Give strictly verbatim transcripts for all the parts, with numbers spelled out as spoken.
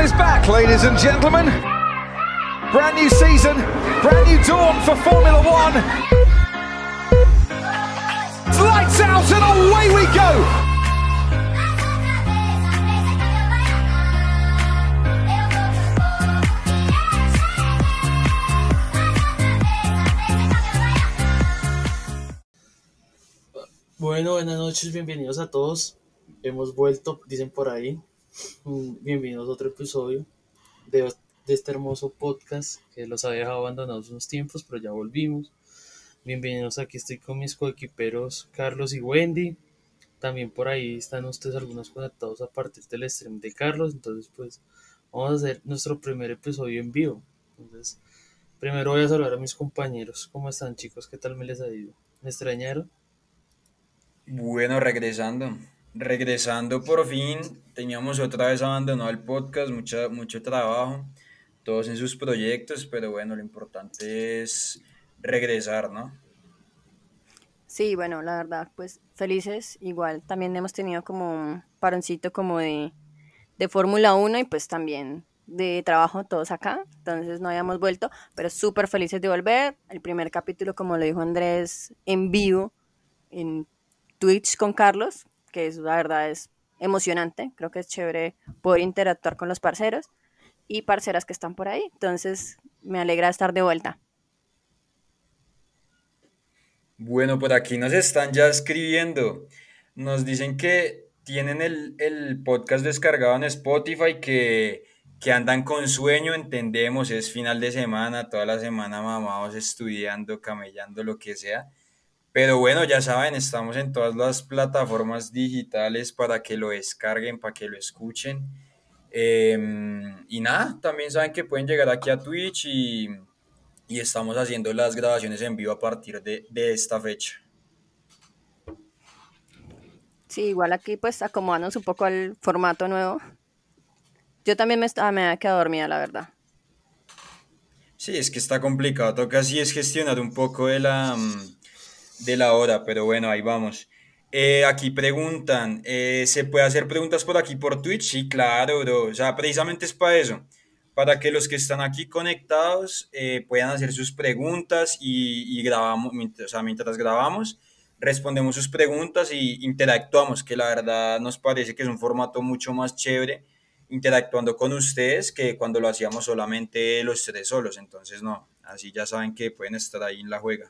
is back, ladies and gentlemen. Brand new season, brand new dawn for Formula One. It's lights out and away we go. Bueno, buenas noches, bienvenidos a todos. Hemos vuelto, dicen por ahí. Bienvenidos a otro episodio de, de este hermoso podcast que los había dejado abandonados unos tiempos, pero ya volvimos. Bienvenidos, aquí estoy con mis coequiperos Carlos y Wendy. También por ahí están ustedes algunos conectados a partir del stream de Carlos. Entonces, pues, vamos a hacer nuestro primer episodio en vivo. Entonces, primero voy a saludar a mis compañeros. ¿Cómo están, chicos? ¿Qué tal me les ha ido? ¿Me extrañaron? Bueno, regresando, regresando por fin, teníamos otra vez abandonado el podcast, mucha, mucho trabajo, todos en sus proyectos, pero bueno, lo importante es regresar, ¿no? Sí, bueno, la verdad, pues felices, igual también hemos tenido como un paroncito como de, de Fórmula uno y pues también de trabajo todos acá, entonces no habíamos vuelto, pero súper felices de volver, el primer capítulo, como lo dijo Andrés, en vivo, en Twitch con Carlos, que es, la verdad es emocionante, creo que es chévere poder interactuar con los parceros y parceras que están por ahí, entonces me alegra estar de vuelta. Bueno, por aquí nos están ya escribiendo, nos dicen que tienen el, el podcast descargado en Spotify, que, que andan con sueño, entendemos, es final de semana, toda la semana mamados estudiando, camellando, lo que sea. Pero bueno, ya saben, estamos en todas las plataformas digitales para que lo descarguen, para que lo escuchen. Eh, y nada, también saben que pueden llegar aquí a Twitch y, y estamos haciendo las grabaciones en vivo a partir de, de esta fecha. Sí, igual aquí pues acomodándonos un poco al formato nuevo. Yo también me, estaba, me había quedado dormida, la verdad. Sí, es que está complicado, toca así es gestionar un poco de la... de la hora, pero bueno, ahí vamos. Eh, aquí preguntan, eh, ¿se puede hacer preguntas por aquí por Twitch? Sí, claro, bro. O sea, precisamente es para eso, para que los que están aquí conectados eh, puedan hacer sus preguntas y, y grabamos, mientras, o sea, mientras grabamos, respondemos sus preguntas y interactuamos, que la verdad nos parece que es un formato mucho más chévere interactuando con ustedes que cuando lo hacíamos solamente los tres solos. Entonces, no, así ya saben que pueden estar ahí en la juega.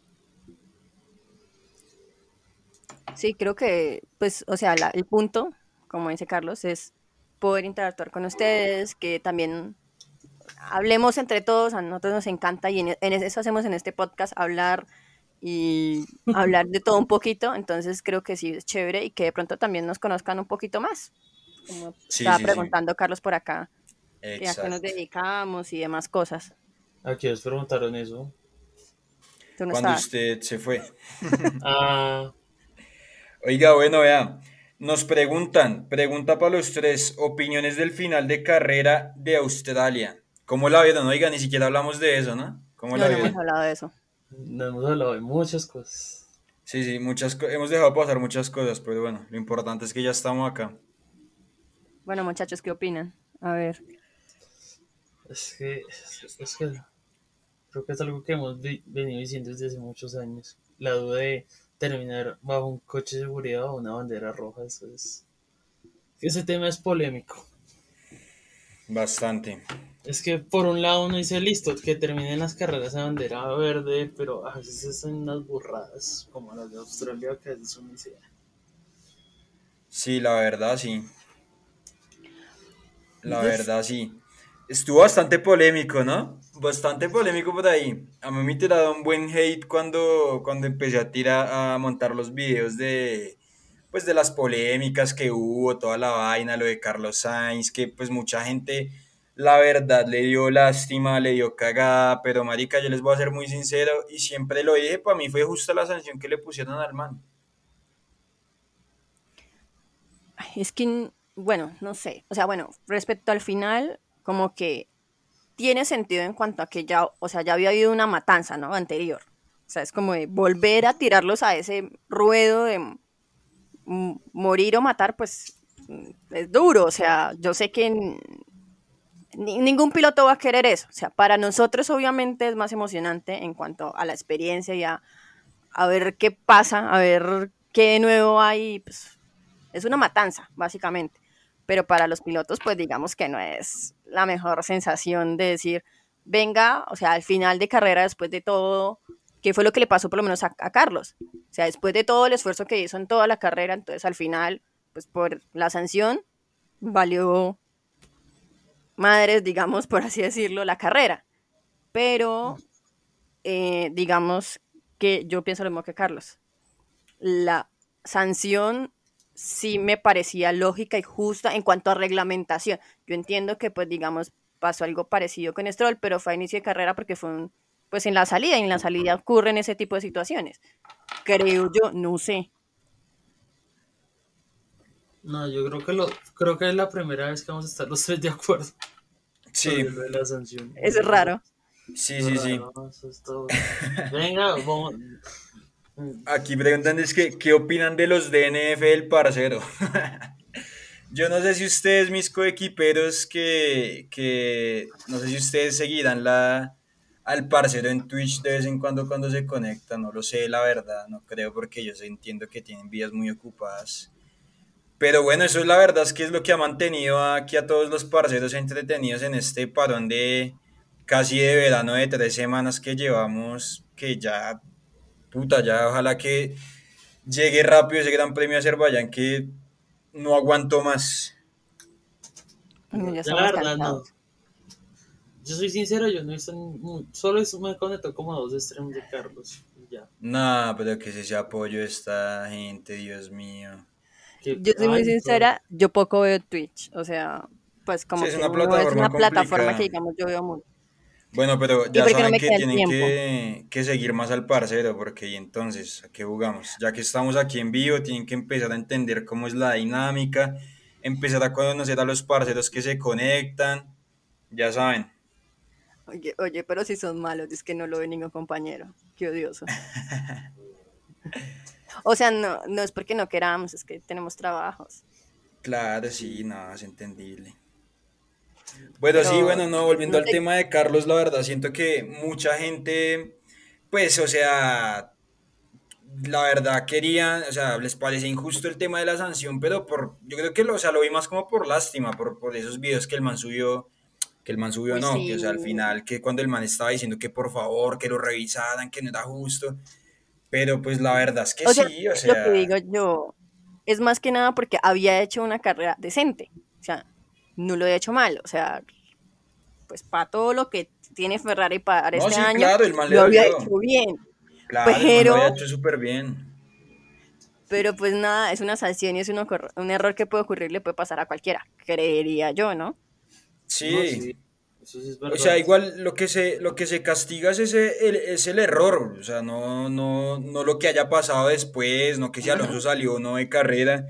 Sí, creo que, pues, o sea, la- el punto, como dice Carlos, es poder interactuar con ustedes, que también hablemos entre todos, a nosotros nos encanta y en, en eso hacemos en este podcast, hablar y hablar de todo un poquito, entonces creo que sí es chévere y que de pronto también nos conozcan un poquito más, como Sí, estaba sí, sí. preguntando Carlos por acá, que a qué nos Exacto. dedicamos y demás cosas. Aquí os preguntaron eso. Tú no Cuando estabas. usted se fue. Ah, Oiga, bueno, vea, nos preguntan, pregunta para los tres, opiniones del final de carrera de Australia. ¿Cómo la vieron? Oiga, ni siquiera hablamos de eso, ¿no? ¿Cómo la No, no hemos vieron? hablado de eso. no hemos hablado de muchas cosas. Sí, sí, muchas co- hemos dejado pasar muchas cosas, pero bueno, lo importante es que ya estamos acá. Bueno, muchachos, ¿qué opinan? A ver. Es que, es que creo que es algo que hemos vi- venido diciendo desde hace muchos años. La duda de terminar bajo un coche de seguridad o una bandera roja, eso es... Ese tema es polémico. Bastante. Es que por un lado uno dice, listo, que terminen las carreras a bandera verde, pero a veces son unas burradas, como las de Australia, que es una idea. Sí, la verdad, sí. La Entonces, verdad, sí. Estuvo bastante polémico, ¿no? Bastante polémico por ahí. A mí me tiraron un buen hate cuando, cuando empecé a tirar, a montar los videos de, pues, de las polémicas que hubo, toda la vaina, lo de Carlos Sainz, que pues mucha gente, la verdad, le dio lástima, le dio cagada, pero marica, yo les voy a ser muy sincero y siempre lo dije, para mí fue justa la sanción que le pusieron al man. es que, bueno, no sé. O sea, bueno, respecto al final, como que tiene sentido en cuanto a que ya, o sea, ya había habido una matanza, ¿no? Anterior. O sea, es como de volver a tirarlos a ese ruedo de m- morir o matar, pues mm, es duro. O sea, yo sé que ni- ningún piloto va a querer eso. O sea, para nosotros obviamente es más emocionante en cuanto a la experiencia y a, a ver qué pasa, a ver qué de nuevo hay. Pues, es una matanza, básicamente. Pero para los pilotos, pues digamos que no es la mejor sensación de decir, venga, o sea, al final de carrera, después de todo, ¿qué fue lo que le pasó por lo menos a, a Carlos? O sea, después de todo el esfuerzo que hizo en toda la carrera, entonces al final, pues por la sanción, valió madres, digamos, por así decirlo, la carrera. Pero, eh, digamos que yo pienso lo mismo que Carlos. La sanción sí me parecía lógica y justa en cuanto a reglamentación. Yo entiendo que, pues, digamos, pasó algo parecido con Stroll, pero fue a inicio de carrera porque fue un, pues en la salida, y en la salida ocurren ese tipo de situaciones. Creo yo, no sé. No, yo creo que lo, creo que es la primera vez que vamos a estar los tres de acuerdo Sí, sobre lo de la sanción. Eso es raro. sí, sí, sí. Raro, ¿no? Eso es todo. Venga, vamos. Aquí preguntan es que, ¿qué opinan de los D N F del parcero? Yo no sé si ustedes, mis coequiperos, que, que no sé si ustedes seguirán la, al parcero en Twitch de vez en cuando cuando se conecta, no lo sé, la verdad, no creo porque yo sé, entiendo que tienen vidas muy ocupadas. Pero bueno, eso es la verdad, es que es lo que ha mantenido aquí a todos los parceros entretenidos en este parón de casi de verano de tres semanas que llevamos, que ya, puta, ya ojalá que llegue rápido ese Gran Premio de Azerbaiyán que no aguanto más. Ya Ya la estamos verdad, no. cansados. Yo soy sincero, yo no he visto ni- solo eso me conectó como a dos streams de Carlos. Y ya. No, pero que es ese apoyo de esta gente, Dios mío. Que, Yo soy muy ay, pero- sincera, yo poco veo Twitch. O sea, pues Sí, como es que una no es plataforma una plataforma que complicada. digamos yo veo mucho. Bueno, pero Y ya porque no saben me que queda el tienen tiempo. que, que seguir más al parcero, porque y entonces, ¿a qué jugamos? Ya que estamos aquí en vivo, tienen que empezar a entender cómo es la dinámica, empezar a conocer a los parceros que se conectan, ya saben. Oye, oye, pero si son malos, es que no lo ve ningún compañero. Qué odioso. O sea, no, no es porque no queramos, es que tenemos trabajos. Claro, sí, nada, es entendible. Bueno, sí, Pero bueno, no, volviendo no al sé, tema de Carlos, la verdad, siento que mucha gente, pues, o sea, la verdad querían, o sea, les parecía injusto el tema de la sanción, pero por, yo creo que lo, o sea, lo vi más como por lástima, por, por esos videos que el man subió, que el man subió uy, no, que o sí. sea, al final, que cuando el man estaba diciendo que por favor, que lo revisaran, que no era justo, pero pues la verdad es que O sea, sí, o lo que sea, digo yo es más que nada porque había hecho una carrera decente. O sea, no lo he hecho mal. O sea, pues para todo lo que tiene Ferrari para no, este sí, año, claro, el man le lo había hecho dolió, bien. claro, el man lo Pero, había hecho súper bien, pero pues nada, es una sanción y es un, ocor- un error que puede ocurrir, le puede pasar a cualquiera, creería yo, ¿no? No, sí. sí, eso sí es O sea, verdad. igual lo que se, lo que se castiga es, ese, el, es el error, o sea, no, no, no lo que haya pasado después, no que si Alonso salió o no de carrera,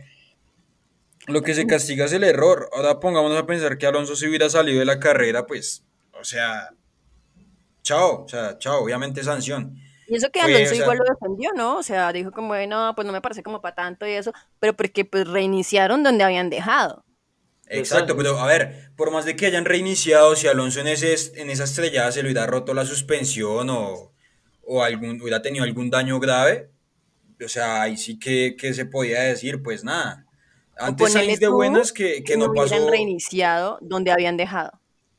lo que se castiga es el error. Ahora pongámonos a pensar que Alonso si hubiera salido de la carrera, pues, o sea, chao, o sea, chao, obviamente sanción. Y eso que Fue, o Alonso igual sea, lo defendió, ¿no? O sea, dijo como, de, no, pues no me parece como para tanto y eso, pero porque pues reiniciaron donde habían dejado. exacto, Exacto. pero a ver, por más de que hayan reiniciado, si Alonso en, ese, en esa estrellada se le hubiera roto la suspensión o, o algún, hubiera tenido algún daño grave, o sea, ahí sí que, que se podía decir, pues nada. O Antes ponele Sainz de tú buenas que, que que no no hubieran pasó. reiniciado donde habían dejado.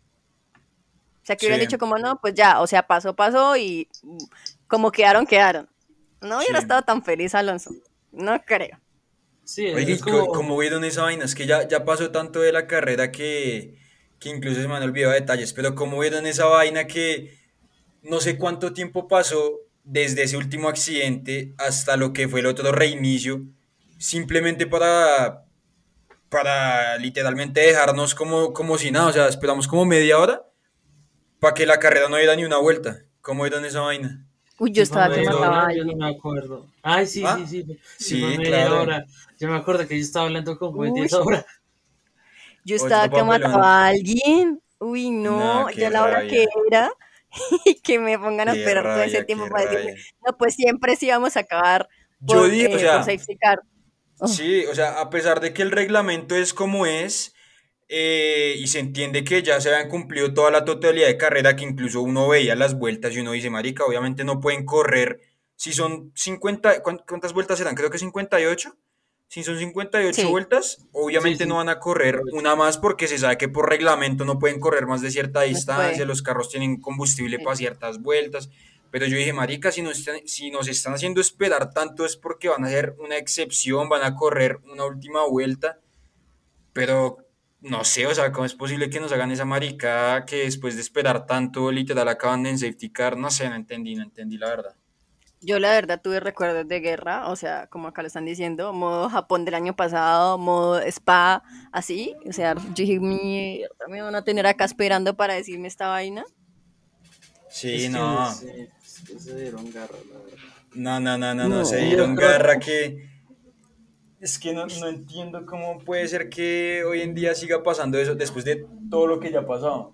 O sea, que Sí, hubieran dicho como, no, pues ya, o sea, pasó, pasó y mm, como quedaron, quedaron. No hubiera sí. estado tan feliz Alonso. No creo. Sí, Oye, es ¿y co- como, ¿cómo vieron esa vaina? Es que ya, ya pasó tanto de la carrera que, que incluso se me han olvidado detalles, pero ¿cómo vieron esa vaina que no sé cuánto tiempo pasó desde ese último accidente hasta lo que fue el otro reinicio, simplemente para, para literalmente dejarnos como, como si nada, o sea, esperamos como media hora para que la carrera no diera ni una vuelta. ¿Cómo vieron esa vaina? Uy, yo si fue estaba que No, media no. mataba a hora, yo no alguien. me acuerdo. Ay, sí, sí, ¿Ah? sí, sí fue Sí, media claro. hora. Yo me acuerdo que yo estaba hablando con Wendy a Uy, esa hora. yo estaba Otro que papelón. mataba a alguien. Uy, Nah, no, qué ya la hora que rabia. era y que me pongan a Qué esperar todo ese rabia, tiempo qué para decirme, rabia. no, pues siempre sí vamos a acabar Yo por, dije, o eh, por sea, safety car. Oh, sí, o sea, a pesar de que el reglamento es como es, eh, y se entiende que ya se habían cumplido toda la totalidad de carrera, que incluso uno veía las vueltas y uno dice, marica, obviamente no pueden correr, si son cincuenta, ¿cuán- ¿cuántas vueltas serán? Creo que cincuenta y ocho. Si son cincuenta y ocho Sí, vueltas, Sí, obviamente no sí. van a correr una más porque se sabe que por reglamento no pueden correr más de cierta no se distancia, puede. los carros tienen combustible Sí. para ciertas vueltas. Pero yo dije, marica, si nos, están, si nos están haciendo esperar tanto es porque van a hacer una excepción, van a correr una última vuelta. Pero no sé, o sea, ¿cómo es posible que nos hagan esa maricada que después de esperar tanto, literal, acaban en safety car? No sé, no entendí, no entendí la verdad. Yo la verdad tuve recuerdos de guerra, o sea, como acá lo están diciendo, modo Japón del año pasado, modo Spa, así. O sea, yo dije, mierda, me van a tener acá esperando para decirme esta vaina. Sí, Es que no no, sé, es que se dieron garra, la verdad. no, no, no, no, no, se No. Y dieron otra, garra que... Es que no, no entiendo cómo puede ser que hoy en día siga pasando eso después de todo lo que ya ha pasado.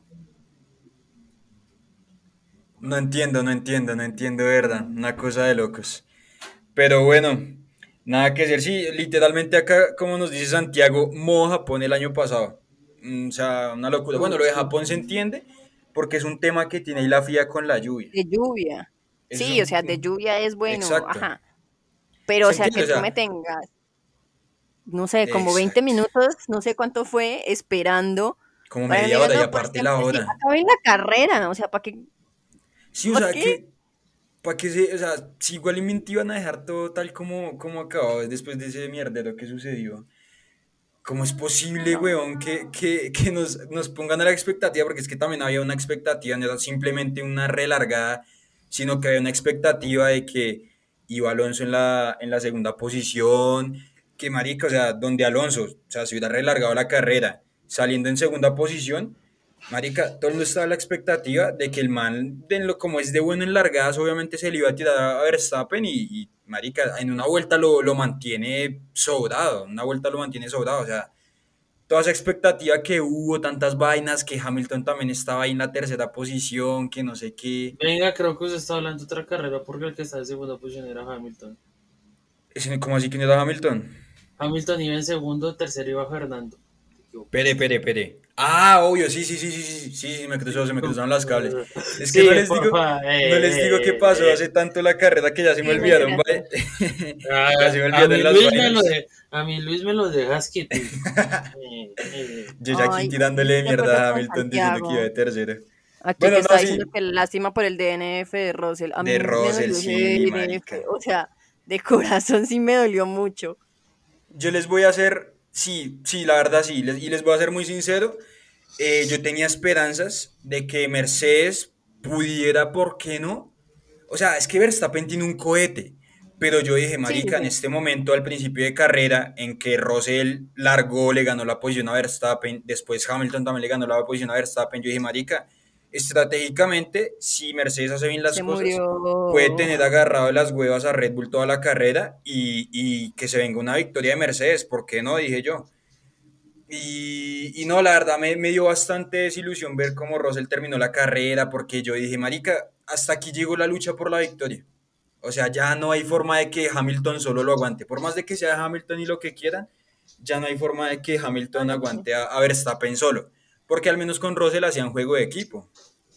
No entiendo, no entiendo, no entiendo, de verdad. Una cosa de locos. Pero bueno, nada que hacer. Sí, literalmente acá, como nos dice Santiago, modo Japón el año pasado. Mm, o sea, una locura. Bueno, uy, lo de sí. Japón se entiende porque es un tema que tiene ahí la F I A con la lluvia. De lluvia. Eso es Sí, o un, sea, de un- lluvia es bueno, Exacto. ajá. Pero, o ¿Se sea, entiende? que O tú me sea, tengas, no sé, como veinte exacto. minutos, no sé cuánto fue, esperando Como para media mí, hora y no, por aparte la siempre, sí, hora. acabé la carrera, o sea, ¿para qué? Sí, o ¿Para sea, qué? que para que se, o sea, si igualmente iban a dejar todo tal como, como acabó después de ese mierdero que sucedió. ¿Cómo es posible, No. weón, que, que, que nos, nos pongan a la expectativa? Porque es que también había una expectativa, no era simplemente una relargada, sino que había una expectativa de que iba Alonso en la, en la segunda posición, que marica, o sea, donde Alonso, o sea, se hubiera relargado la carrera, saliendo en segunda posición, marica, todo el mundo estaba en la expectativa de que el man, de lo, como es de bueno en largadas, obviamente se le iba a tirar a Verstappen y, y marica, en una vuelta lo, lo mantiene sobrado, una vuelta lo mantiene sobrado, o sea, toda esa expectativa que hubo, tantas vainas, que Hamilton también estaba ahí en la tercera posición, que no sé qué. Venga, creo que usted está hablando de otra carrera porque el que está en segunda posición era Hamilton. Ese, ¿cómo así que no era Hamilton? Hamilton iba en segundo, tercero iba Fernando. Te Pere, equivocaste. pere, pere. Ah, obvio, sí, sí, sí, sí, sí, sí, sí, me cruzó, se me cruzaron las cables. Es que Sí, no les digo, porfa. no les digo qué Eh, pasó eh, eh. hace tanto la carrera que ya se me Sí, olvidaron, mentira. va- ya se Ah, me a olvidaron mí las Luis me lo vainas. de, a mí Luis me lo dejas quietico. Eh, eh. Yo ya aquí Ay, estoy yo de estoy de acuerdo mierda a con Hamilton diciendo que iba Santiago. de tercero. Aquí que Bueno, no, está diciendo sí, que lástima por el D N F de Russell. A de mí me Russell, dolió ese sí, D N F. marica. O sea, de corazón sí me dolió mucho. Yo les voy a hacer, sí, sí, la verdad sí, les- y les voy a ser muy sincero, eh, yo tenía esperanzas de que Mercedes pudiera, ¿por qué no? O sea, es que Verstappen tiene un cohete, pero yo dije, Sí, sí, marica, en sí. este momento al principio de carrera, en que Russell largó, le ganó la posición a Verstappen, después Hamilton también le ganó la posición a Verstappen, yo dije, marica, estratégicamente, si Mercedes hace bien las Se cosas, puede murió. tener agarrado de las huevas a Red Bull toda la carrera y, y que se venga una victoria de Mercedes, ¿por qué no? Dije yo. Y, y no, la verdad me, me dio bastante desilusión ver cómo Russell terminó la carrera, porque yo dije, marica, hasta aquí llegó la lucha por la victoria. O sea, ya no hay forma de que Hamilton solo lo aguante. Por más de que sea Hamilton y lo que quieran, ya no hay forma de que No, Hamilton no, sí. aguante a, a Verstappen solo. Porque al menos con Russell hacían juego de equipo.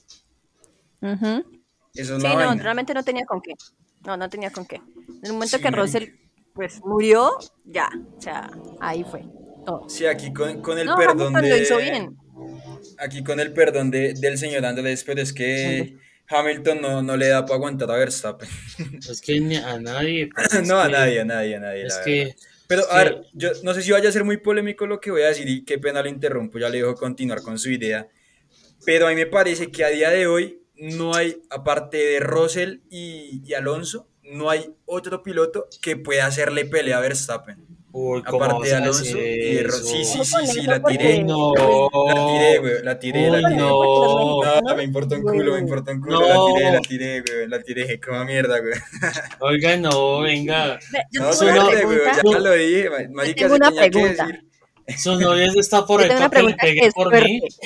Ujú. Esa es la Sí, no, vaina. realmente no tenía con qué. No, no tenía con qué. En el momento Sí, que marica. Russell, pues, murió, ya. O sea, ahí fue todo. Sí, aquí con, con el No, perdón Hamilton lo hizo de, bien. aquí con el perdón de, del señor Andrés, pero es que Hamilton no, no le da para aguantar a Verstappen. Es que ni a nadie, parce, es No, a que, nadie, a nadie, a nadie, la es verdad. que, Pero es a que, ver, yo no sé si vaya a ser muy polémico lo que voy a decir y qué pena lo interrumpo, ya le dejo continuar con su idea. Pero a mí me parece que a día de hoy no hay, aparte de Russell y, y Alonso, no hay otro piloto que pueda hacerle pelea a Verstappen. uy, ¿cómo Aparte de vas a decir Alonso y de Ro- Sí, eso? sí, Ojo sí, con sí, eso la Uy, tiré. porque, no, pues, La tiré, güey, la tiré, la uy, ojo con eso tiré. porque los no, No, me mexicanos, importa un culo, me pues, importa un culo, la tiré, la no, tiré, güey, la tiré, como mierda, güey. oiga, no, venga, ve, yo No, tengo una su, no, suerte, güey, pregunta, ya su, lo dije, ma- yo marica, tengo se una tenía que pregunta, decir. su novia está por yo ahí tengo para una que le pregunta pegue que es por mí. fuerte,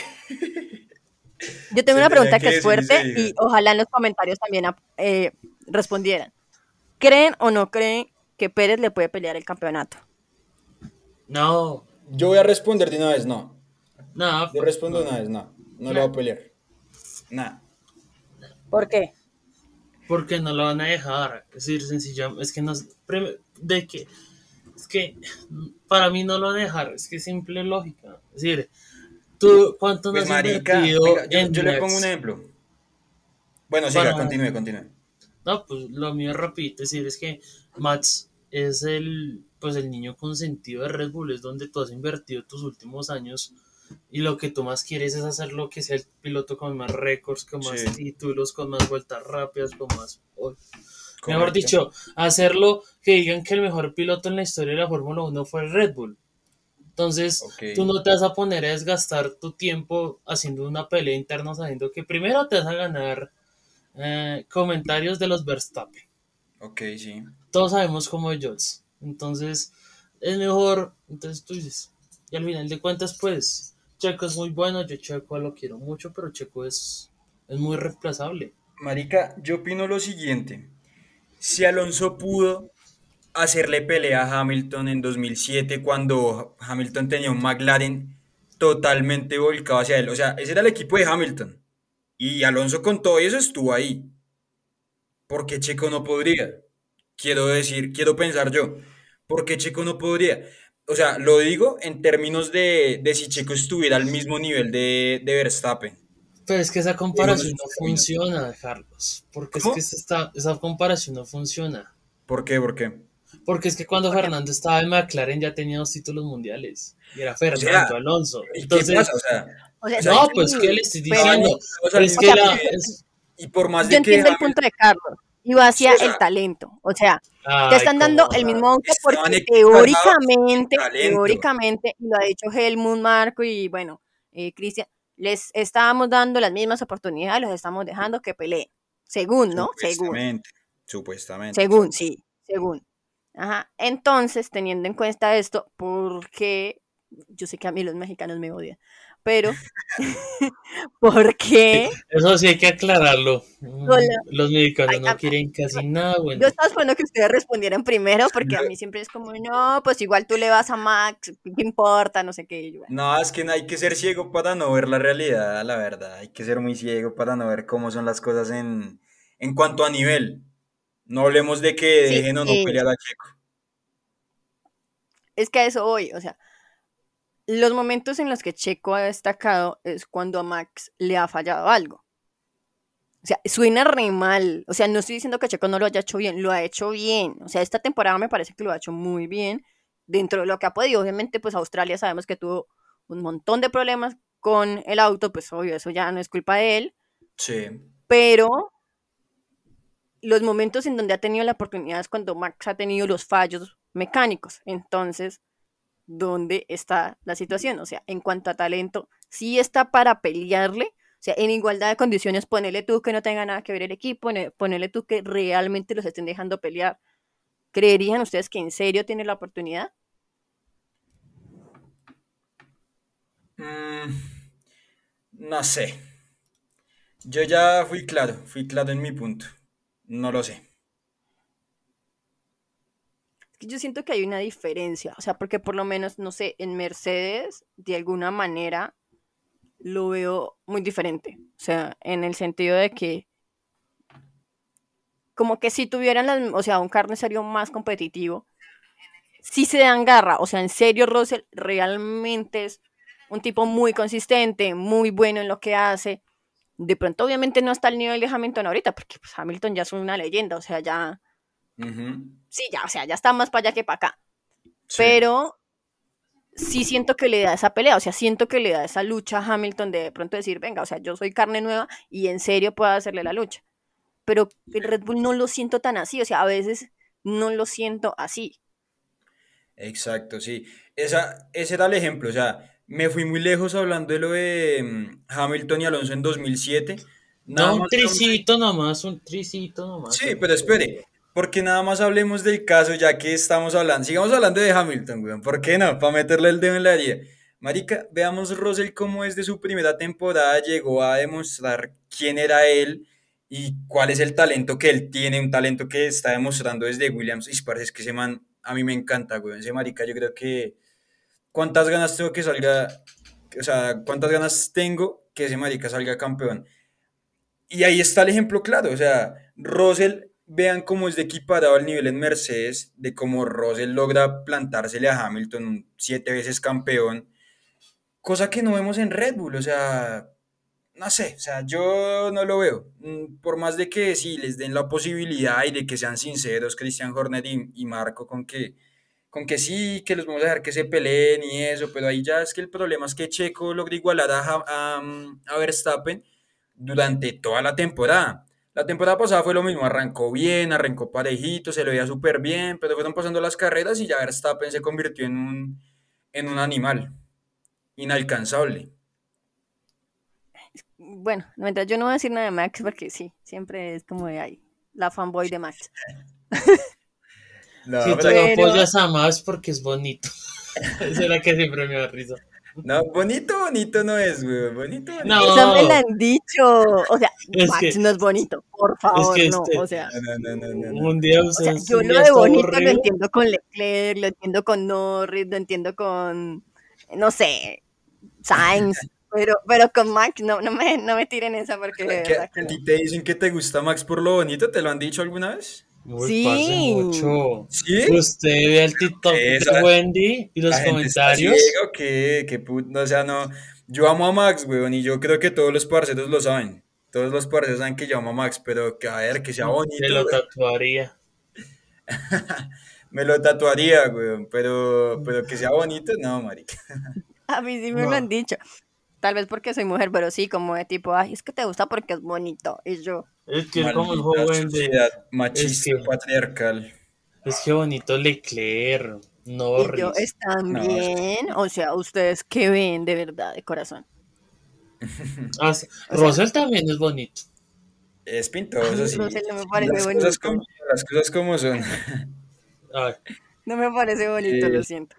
yo tengo Se una tenía pregunta que que es decir y se fuerte dijo. y ojalá en los comentarios también ap- eh, respondieran. ¿Creen o no creen que Pérez le puede pelear el campeonato? No, Yo voy a responder de una vez, no. Nada, Yo pues respondo no. una vez, no, no lo Nah, voy a pelear. Nada. ¿Por qué? porque no lo van a dejar. Es decir, sencillo, es que no. prim- De que. Es que para mí no lo van a dejar. Es que es simple lógica. Es decir, ¿tú cuánto no Pues has marica, invertido venga, yo, yo en le pongo un Max? ejemplo. Bueno, siga, Para. continúe, continúe. No, pues lo mío es rapidito. Es decir, es que Max es el. Pues el niño consentido de Red Bull. Es donde tú has invertido tus últimos años. Y lo que tú más quieres es hacer lo que sea el piloto con más récords, con más Sí, títulos, con más vueltas rápidas, con más. Mejor correcto. dicho, hacerlo que digan que el mejor piloto en la historia de la Fórmula Uno fue el Red Bull. Entonces, Ok, tú no te vas a poner a desgastar tu tiempo haciendo una pelea interna, sabiendo que primero te vas a ganar eh, comentarios de los Verstappen. ok, sí. Todos sabemos cómo ellos. Entonces, es mejor. Entonces tú dices, y al final de cuentas, pues, Checo es muy bueno. Yo Checo lo quiero mucho, pero Checo es, es muy reemplazable. Marica, yo opino lo siguiente. Si Alonso pudo hacerle pelea a Hamilton en dos mil siete cuando Hamilton tenía un McLaren totalmente volcado hacia él. O sea, ese era el equipo de Hamilton. Y Alonso con todo eso estuvo ahí. ¿Por qué Checo no podría? Quiero decir, quiero pensar yo. ¿Por qué Checo no podría? O sea, lo digo en términos de, de si Checo estuviera al mismo nivel de, de Verstappen. Pero es que esa Démonos comparación no sus términos. funciona, Carlos. Porque es que ¿Cómo? esta, esa comparación no funciona. ¿Por qué? ¿Por qué? Porque es que cuando Fernando estaba en McLaren ya tenía dos títulos mundiales. Y era O sea, Fernando Alonso. ¿y qué Entonces, pasa? O sea, O sea, o sea, no, y, pues, ¿qué sí, le estoy pero, diciendo? estaban todos al Es o que mismo sea, la. nivel. Es, Y por más yo de que entiendo el Hamilton, punto de Carlos. Iba sí, hacia o el sea, talento. O sea, te ay, están dando cómo el va. mismo auto estaban porque equiparados en teóricamente, talento. teóricamente, y lo ha dicho Helmut Marco y bueno, eh, Cristian, les estábamos dando las mismas oportunidades, los estamos dejando que peleen. Según, ¿no? Según. Supuestamente, supuestamente, Según, exacto. sí, según. Ajá. Entonces, teniendo en cuenta esto, porque yo sé que a mí los mexicanos me odian, pero ¿por qué? Eso sí hay que aclararlo. Mm, Hola. Los mexicanos Ay, no a- quieren casi nada yo bueno. estaba esperando que ustedes respondieran primero, porque a mí siempre es como, no, pues igual tú le vas a Max, ¿qué importa? No sé qué. Y yo, bueno, No, es que no hay que ser ciego para no ver la realidad, la verdad. Hay que ser muy ciego para no ver cómo son las cosas en, en cuanto a nivel. No hablemos de que sí, dejen o no es, pelear a Checo. es que a eso voy. O sea, los momentos en los que Checo ha destacado es cuando a Max le ha fallado algo. O sea, suena re mal. O sea, no estoy diciendo que Checo no lo haya hecho bien, lo ha hecho bien. O sea, esta temporada me parece que lo ha hecho muy bien dentro de lo que ha podido. Obviamente, pues Australia sabemos que tuvo un montón de problemas con el auto, pues obvio, eso ya no es culpa de él. Sí, Pero los momentos en donde ha tenido la oportunidad es cuando Max ha tenido los fallos mecánicos. Entonces, ¿dónde está la situación? O sea, en cuanto a talento, sí está para pelearle. O sea, en igualdad de condiciones, ponele tú que no tenga nada que ver el equipo, ponele tú que realmente los estén dejando pelear. ¿Creerían ustedes que en serio tiene la oportunidad? mm, no sé. Yo ya fui claro, fui claro en mi punto. No lo sé. Es que yo siento que hay una diferencia, o sea, porque por lo menos, no sé, en Mercedes, de alguna manera, lo veo muy diferente. O sea, en el sentido de que como que si tuvieran las, o sea, un carne serio más competitivo, sí se dan garra, o sea, en serio Russell realmente es un tipo muy consistente, muy bueno en lo que hace. De pronto obviamente no está al nivel de Hamilton ahorita, porque pues, Hamilton ya es una leyenda, o sea, ya, Ujú, sí, ya, o sea, ya está más para allá que para acá. sí. Pero sí siento que le da esa pelea, o sea, siento que le da esa lucha a Hamilton de, de pronto decir, venga, o sea, yo soy carne nueva y en serio puedo hacerle la lucha. Pero el Red Bull no lo siento tan así, o sea, a veces no lo siento así. Exacto, sí. Esa, ese era el ejemplo. O sea, me fui muy lejos hablando de lo de mm, Hamilton y Alonso en dos mil siete. No, Nada un más hablamos de- tricito nomás, un tricito nomás. Sí, Pero pero espere, porque nada más hablemos del caso ya que estamos hablando. Sigamos hablando de Hamilton, weón. ¿Por qué no? Para meterle el dedo en la herida. Marica, veamos Russell cómo desde su primera temporada llegó a demostrar quién era él y cuál es el talento que él tiene, un talento que está demostrando desde Williams. Y parece que ese man, a mí me encanta, weón. Ese marica, yo creo que ¿cuántas ganas tengo que salga? o sea, cuántas ganas tengo que ese marica salga campeón. Y ahí está el ejemplo claro, o sea, Russell, vean cómo es de equiparado al nivel en Mercedes, de cómo Russell logra plantársele a Hamilton, un siete veces campeón, cosa que no vemos en Red Bull, o sea, no sé, o sea, yo no lo veo. Mm, Por más de que sí les den la posibilidad y de que sean sinceros, Christian Horner y, y Marco, con que, con que sí, que los vamos a dejar que se peleen y eso, pero ahí ya es que el problema es que Checo logra igualar a, Ha- a, mm, a Verstappen durante toda la temporada. La temporada pasada fue lo mismo, arrancó bien, arrancó parejito, se le veía súper bien, pero fueron pasando las carreras y ya Verstappen se convirtió en un, en un animal inalcanzable. Bueno, no, mientras yo no voy a decir nada de Max porque sí, siempre es como de ahí, la fanboy de Max. No, Si tú pero no Pero, apoyas a Max porque es bonito. Esa es la que siempre me da risa. no, bonito, bonito no es, güey. Bonito, bonito. eso me lo No, han dicho. O sea, es Max que, no es bonito, por es que favor, no. O este, sea, No, no, no, no, no. un día o sea, usted yo un lo día de está bonito lo aburrido. entiendo con Leclerc, lo entiendo con Norris, lo entiendo con, no sé, Sainz, pero, pero con Max no, no me, no me tiren esa porque de ¿Qué- verdad que ¿A no. ti te dicen que te gusta Max por lo bonito? ¿Te lo han dicho alguna vez? Uy, parce, Sí, mucho. ¿Sí? Usted ve el TikTok ¿Qué? de Esa, Wendy y la los gente está comentarios. ciega o qué? ¿Qué put- no, o sea, no. Yo amo a Max, weón, y yo creo que todos los parceros lo saben. Todos los parceros saben que yo amo a Max, pero que a ver, que sea Se bonito, lo weón. tatuaría. Me lo tatuaría, weón, pero, pero que sea bonito, no, marica. a mí sí me lo han No, dicho. Tal vez porque soy mujer, pero sí, como de tipo, ay, es que te gusta porque es bonito. Y yo, es que como dijo Maldita Wendy, sociedad es machista que, patriarcal. es que bonito Leclerc, y yo, Norris. ¿están No, es que bien? O sea, ¿ustedes qué ven de verdad, de corazón? Hasta- O sea, Russell también es bonito. es a pintoso, mí sí. Russell no me Sí, parece las cosas como, bonito. las cosas como son. Ay, No me parece bonito, Eh, lo siento.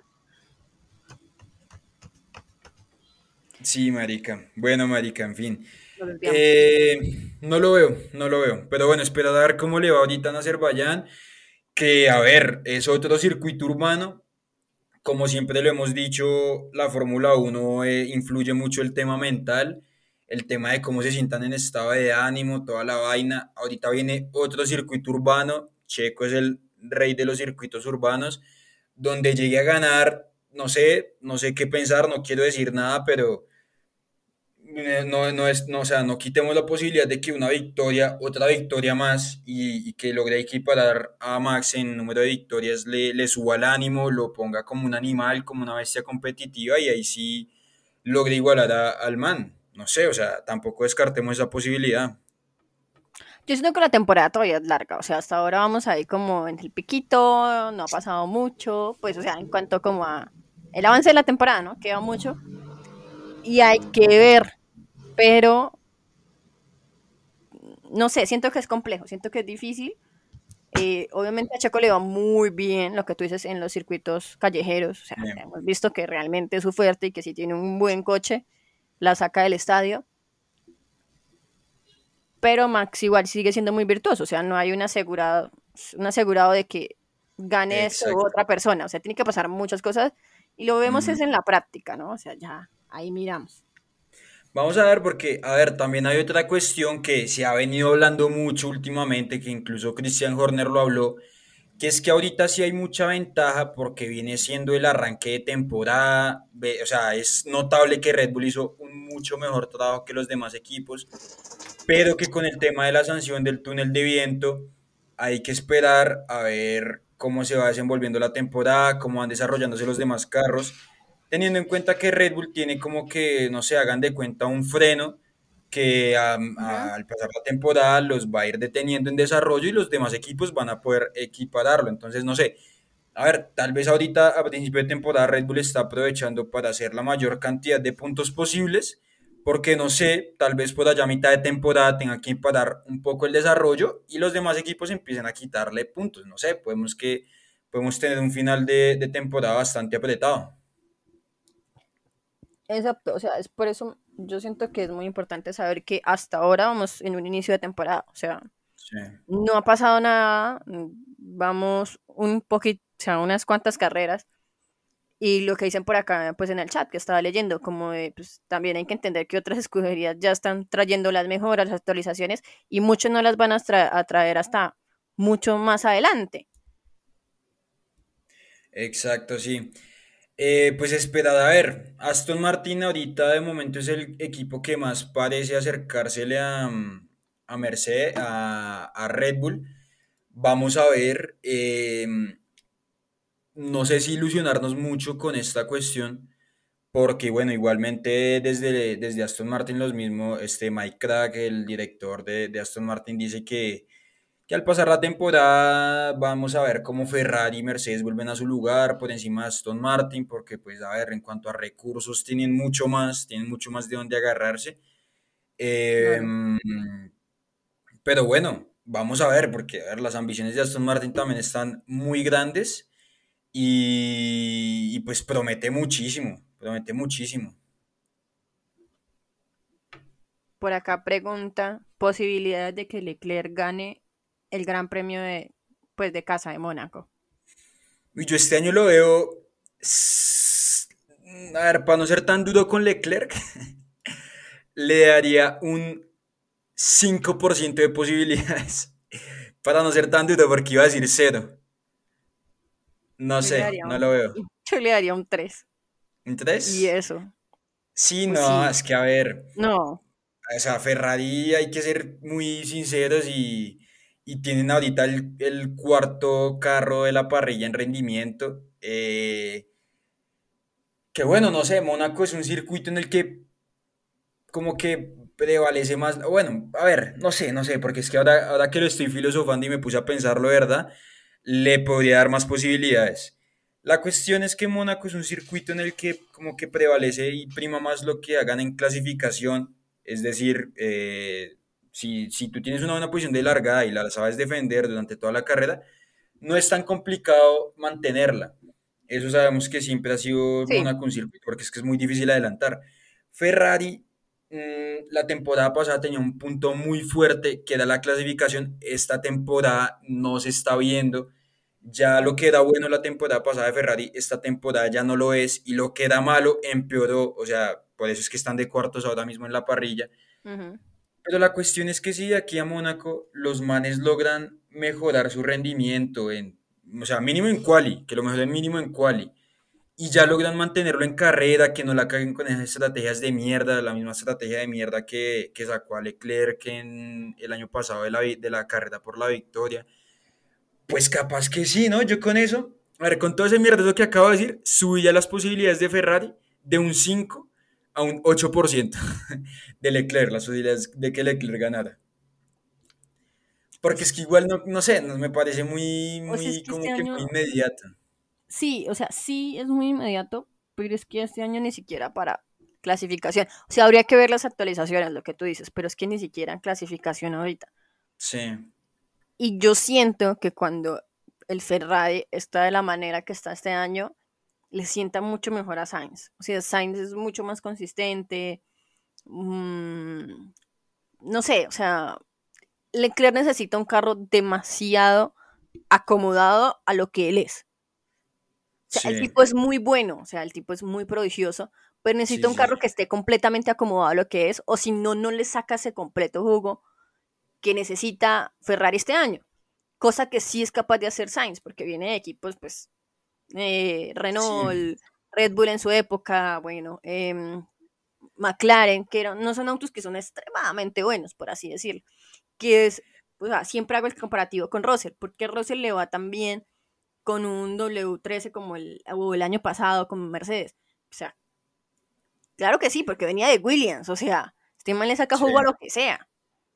sí, marica. Bueno, marica, en fin. Lo desviamos. Eh, no lo veo, no lo veo. Pero bueno, espero a ver cómo le va ahorita en Azerbaiyán. Que, a ver, es otro circuito urbano. Como siempre lo hemos dicho, la Fórmula Uno eh, influye mucho el tema mental, el tema de cómo se sientan en estado de ánimo, toda la vaina. Ahorita viene otro circuito urbano, Checo es el rey de los circuitos urbanos, donde llegue a ganar, no sé, no sé qué pensar, no quiero decir nada, pero eh, no, no es, no, o sea, no quitemos la posibilidad de que una victoria, otra victoria más y, y que logre equiparar a Max en número de victorias le, le suba el ánimo, lo ponga como un animal, como una bestia competitiva y ahí sí logre igualar a- al man. No sé, o sea, tampoco descartemos esa posibilidad. Yo siento que la temporada todavía es larga, o sea, hasta ahora vamos ahí como en el piquito, no ha pasado mucho, pues, o sea, en cuanto como a el avance de la temporada, ¿no? Queda mucho y hay que ver, pero no sé, siento que es complejo, siento que es difícil. Eh, obviamente a Checo le va muy bien lo que tú dices en los circuitos callejeros, o sea, Bien, hemos visto que realmente es su fuerte y que si tiene un buen coche, la saca del estadio, pero Max igual sigue siendo muy virtuoso, o sea, no hay un asegurado, un asegurado de que gane este u exacto. otra persona, o sea, tiene que pasar muchas cosas y lo vemos Ujú. es en la práctica, ¿no? O sea, ya ahí miramos. Vamos a ver, porque, a ver, también hay otra cuestión que se ha venido hablando mucho últimamente, que incluso Christian Horner lo habló, que es que ahorita sí hay mucha ventaja porque viene siendo el arranque de temporada, ve- o sea, es notable que Red Bull hizo un mucho mejor trabajo que los demás equipos, pero que con el tema de la sanción del túnel de viento hay que esperar a ver cómo se va desenvolviendo la temporada, cómo van desarrollándose los demás carros, teniendo en cuenta que Red Bull tiene como que, no se hagan de cuenta un freno que a- Ujú. a- al pasar la temporada los va a ir deteniendo en desarrollo y los demás equipos van a poder equipararlo. Entonces, no sé, a ver, tal vez ahorita a principio de temporada Red Bull está aprovechando para hacer la mayor cantidad de puntos posibles, porque no sé, tal vez por allá a mitad de temporada tenga que parar un poco el desarrollo y los demás equipos empiecen a quitarle puntos. No sé, podemos que podemos tener un final de, de temporada bastante apretado. Exacto, o sea, es por eso yo siento que es muy importante saber que hasta ahora vamos en un inicio de temporada, o sea, Sí. no ha pasado nada, mm, vamos un poquito, o sea, unas cuantas carreras Y lo que dicen por acá, pues en el chat que estaba leyendo, como de, pues también hay que entender que otras escuderías ya están trayendo las mejoras, las actualizaciones, y muchos no las van a, tra a traer hasta mucho más adelante. Exacto, sí. Eh, pues esperad a ver, Aston Martin ahorita de momento es el equipo que más parece acercársele a, mm, a Mercedes, a, a Red Bull. Vamos a ver, eh, no sé si ilusionarnos mucho con esta cuestión, porque bueno, igualmente desde, desde Aston Martin los mismos, este Mike Crack, el director de, de Aston Martin, dice que que al pasar la temporada vamos a ver cómo Ferrari y Mercedes vuelven a su lugar por encima de Aston Martin, porque pues a ver, en cuanto a recursos tienen mucho más, tienen mucho más de dónde agarrarse. Eh, Claro. pero bueno, vamos a ver, porque a ver, las ambiciones de Aston Martin también están muy grandes y, y pues promete muchísimo, promete muchísimo. Por acá pregunta posibilidades de que Leclerc gane el Gran Premio de, pues, de casa de Mónaco. Y yo este año lo veo, s- a ver, para no ser tan duro con Leclerc, le daría un cinco por ciento de posibilidades. Para no ser tan duro, porque iba a decir cero. No Yo le sé, daría no un, lo veo. yo le daría un tres. ¿Un Y tres? eso, Sí, pues no, sí, es que a ver, no, o sea, Ferrari hay que ser muy sinceros y, y tienen ahorita el, el cuarto carro de la parrilla en rendimiento. Eh, que bueno, no sé, Mónaco es un circuito en el que como que prevalece más. Bueno, a ver, no sé, no sé, porque es que ahora, ahora que lo estoy filosofando y me puse a pensarlo, ¿verdad? Le podría dar más posibilidades. La cuestión es que Mónaco es un circuito en el que como que prevalece y prima más lo que hagan en clasificación, es decir, eh, si, si tú tienes una buena posición de largada y la sabes defender durante toda la carrera, no es tan complicado mantenerla. Eso sabemos que siempre ha sido sí, Mónaco un circuito, porque es que es muy difícil adelantar. Ferrari, mmm, la temporada pasada tenía un punto muy fuerte, que era la clasificación. Esta temporada no se está viendo. Ya lo que era bueno la temporada pasada de Ferrari, esta temporada ya no lo es. Y lo que era malo empeoró. O sea, por eso es que están de cuartos ahora mismo en la parrilla. ujú, Pero la cuestión es que si de aquí a Mónaco los manes logran mejorar su rendimiento en, o sea, mínimo en quali, que lo mejoren mínimo en quali, y ya logran mantenerlo en carrera, que no la caguen con esas estrategias de mierda, la misma estrategia de mierda que, que sacó a Leclerc en el año pasado de la, vi- de la carrera por la victoria, pues capaz que sí, ¿no? Yo con eso, a ver, con todo ese mierda lo que acabo de decir, subí ya las posibilidades de Ferrari de un cinco a un ocho por ciento de Leclerc, las posibilidades de que Leclerc ganara. Porque es pues, que igual no, no sé, no me parece muy, o sea, es muy, que este como que muy año, inmediato. sí, o sea, sí es muy inmediato, pero es que este año ni siquiera para clasificación, o sea, habría que ver las actualizaciones, lo que tú dices, pero es que ni siquiera en clasificación ahorita. Sí, Y yo siento que cuando el Ferrari está de la manera que está este año, le sienta mucho mejor a Sainz. O sea, Sainz es mucho más consistente. mmm, no sé, o sea, Leclerc necesita un carro demasiado acomodado a lo que él es. O sea, el sí, tipo es muy bueno, o sea, el tipo es muy prodigioso, pero sí, necesita un sí, carro sí. que esté completamente acomodado a lo que es, o si no, no le saca ese completo jugo que necesita Ferrari este año. Cosa que sí es capaz de hacer Sainz, porque viene de equipos, pues, eh, Sí, Renault, Red Bull en su época, bueno, eh, McLaren, que eran, no son autos que son extremadamente buenos, por así decirlo. Que es, o sea, siempre hago el comparativo con Russell, porque Russell le va tan bien con un W trece como el, o el año pasado con Mercedes. O sea, claro que sí, porque venía de Williams, o sea, este man le saca sí. jugo a lo que sea.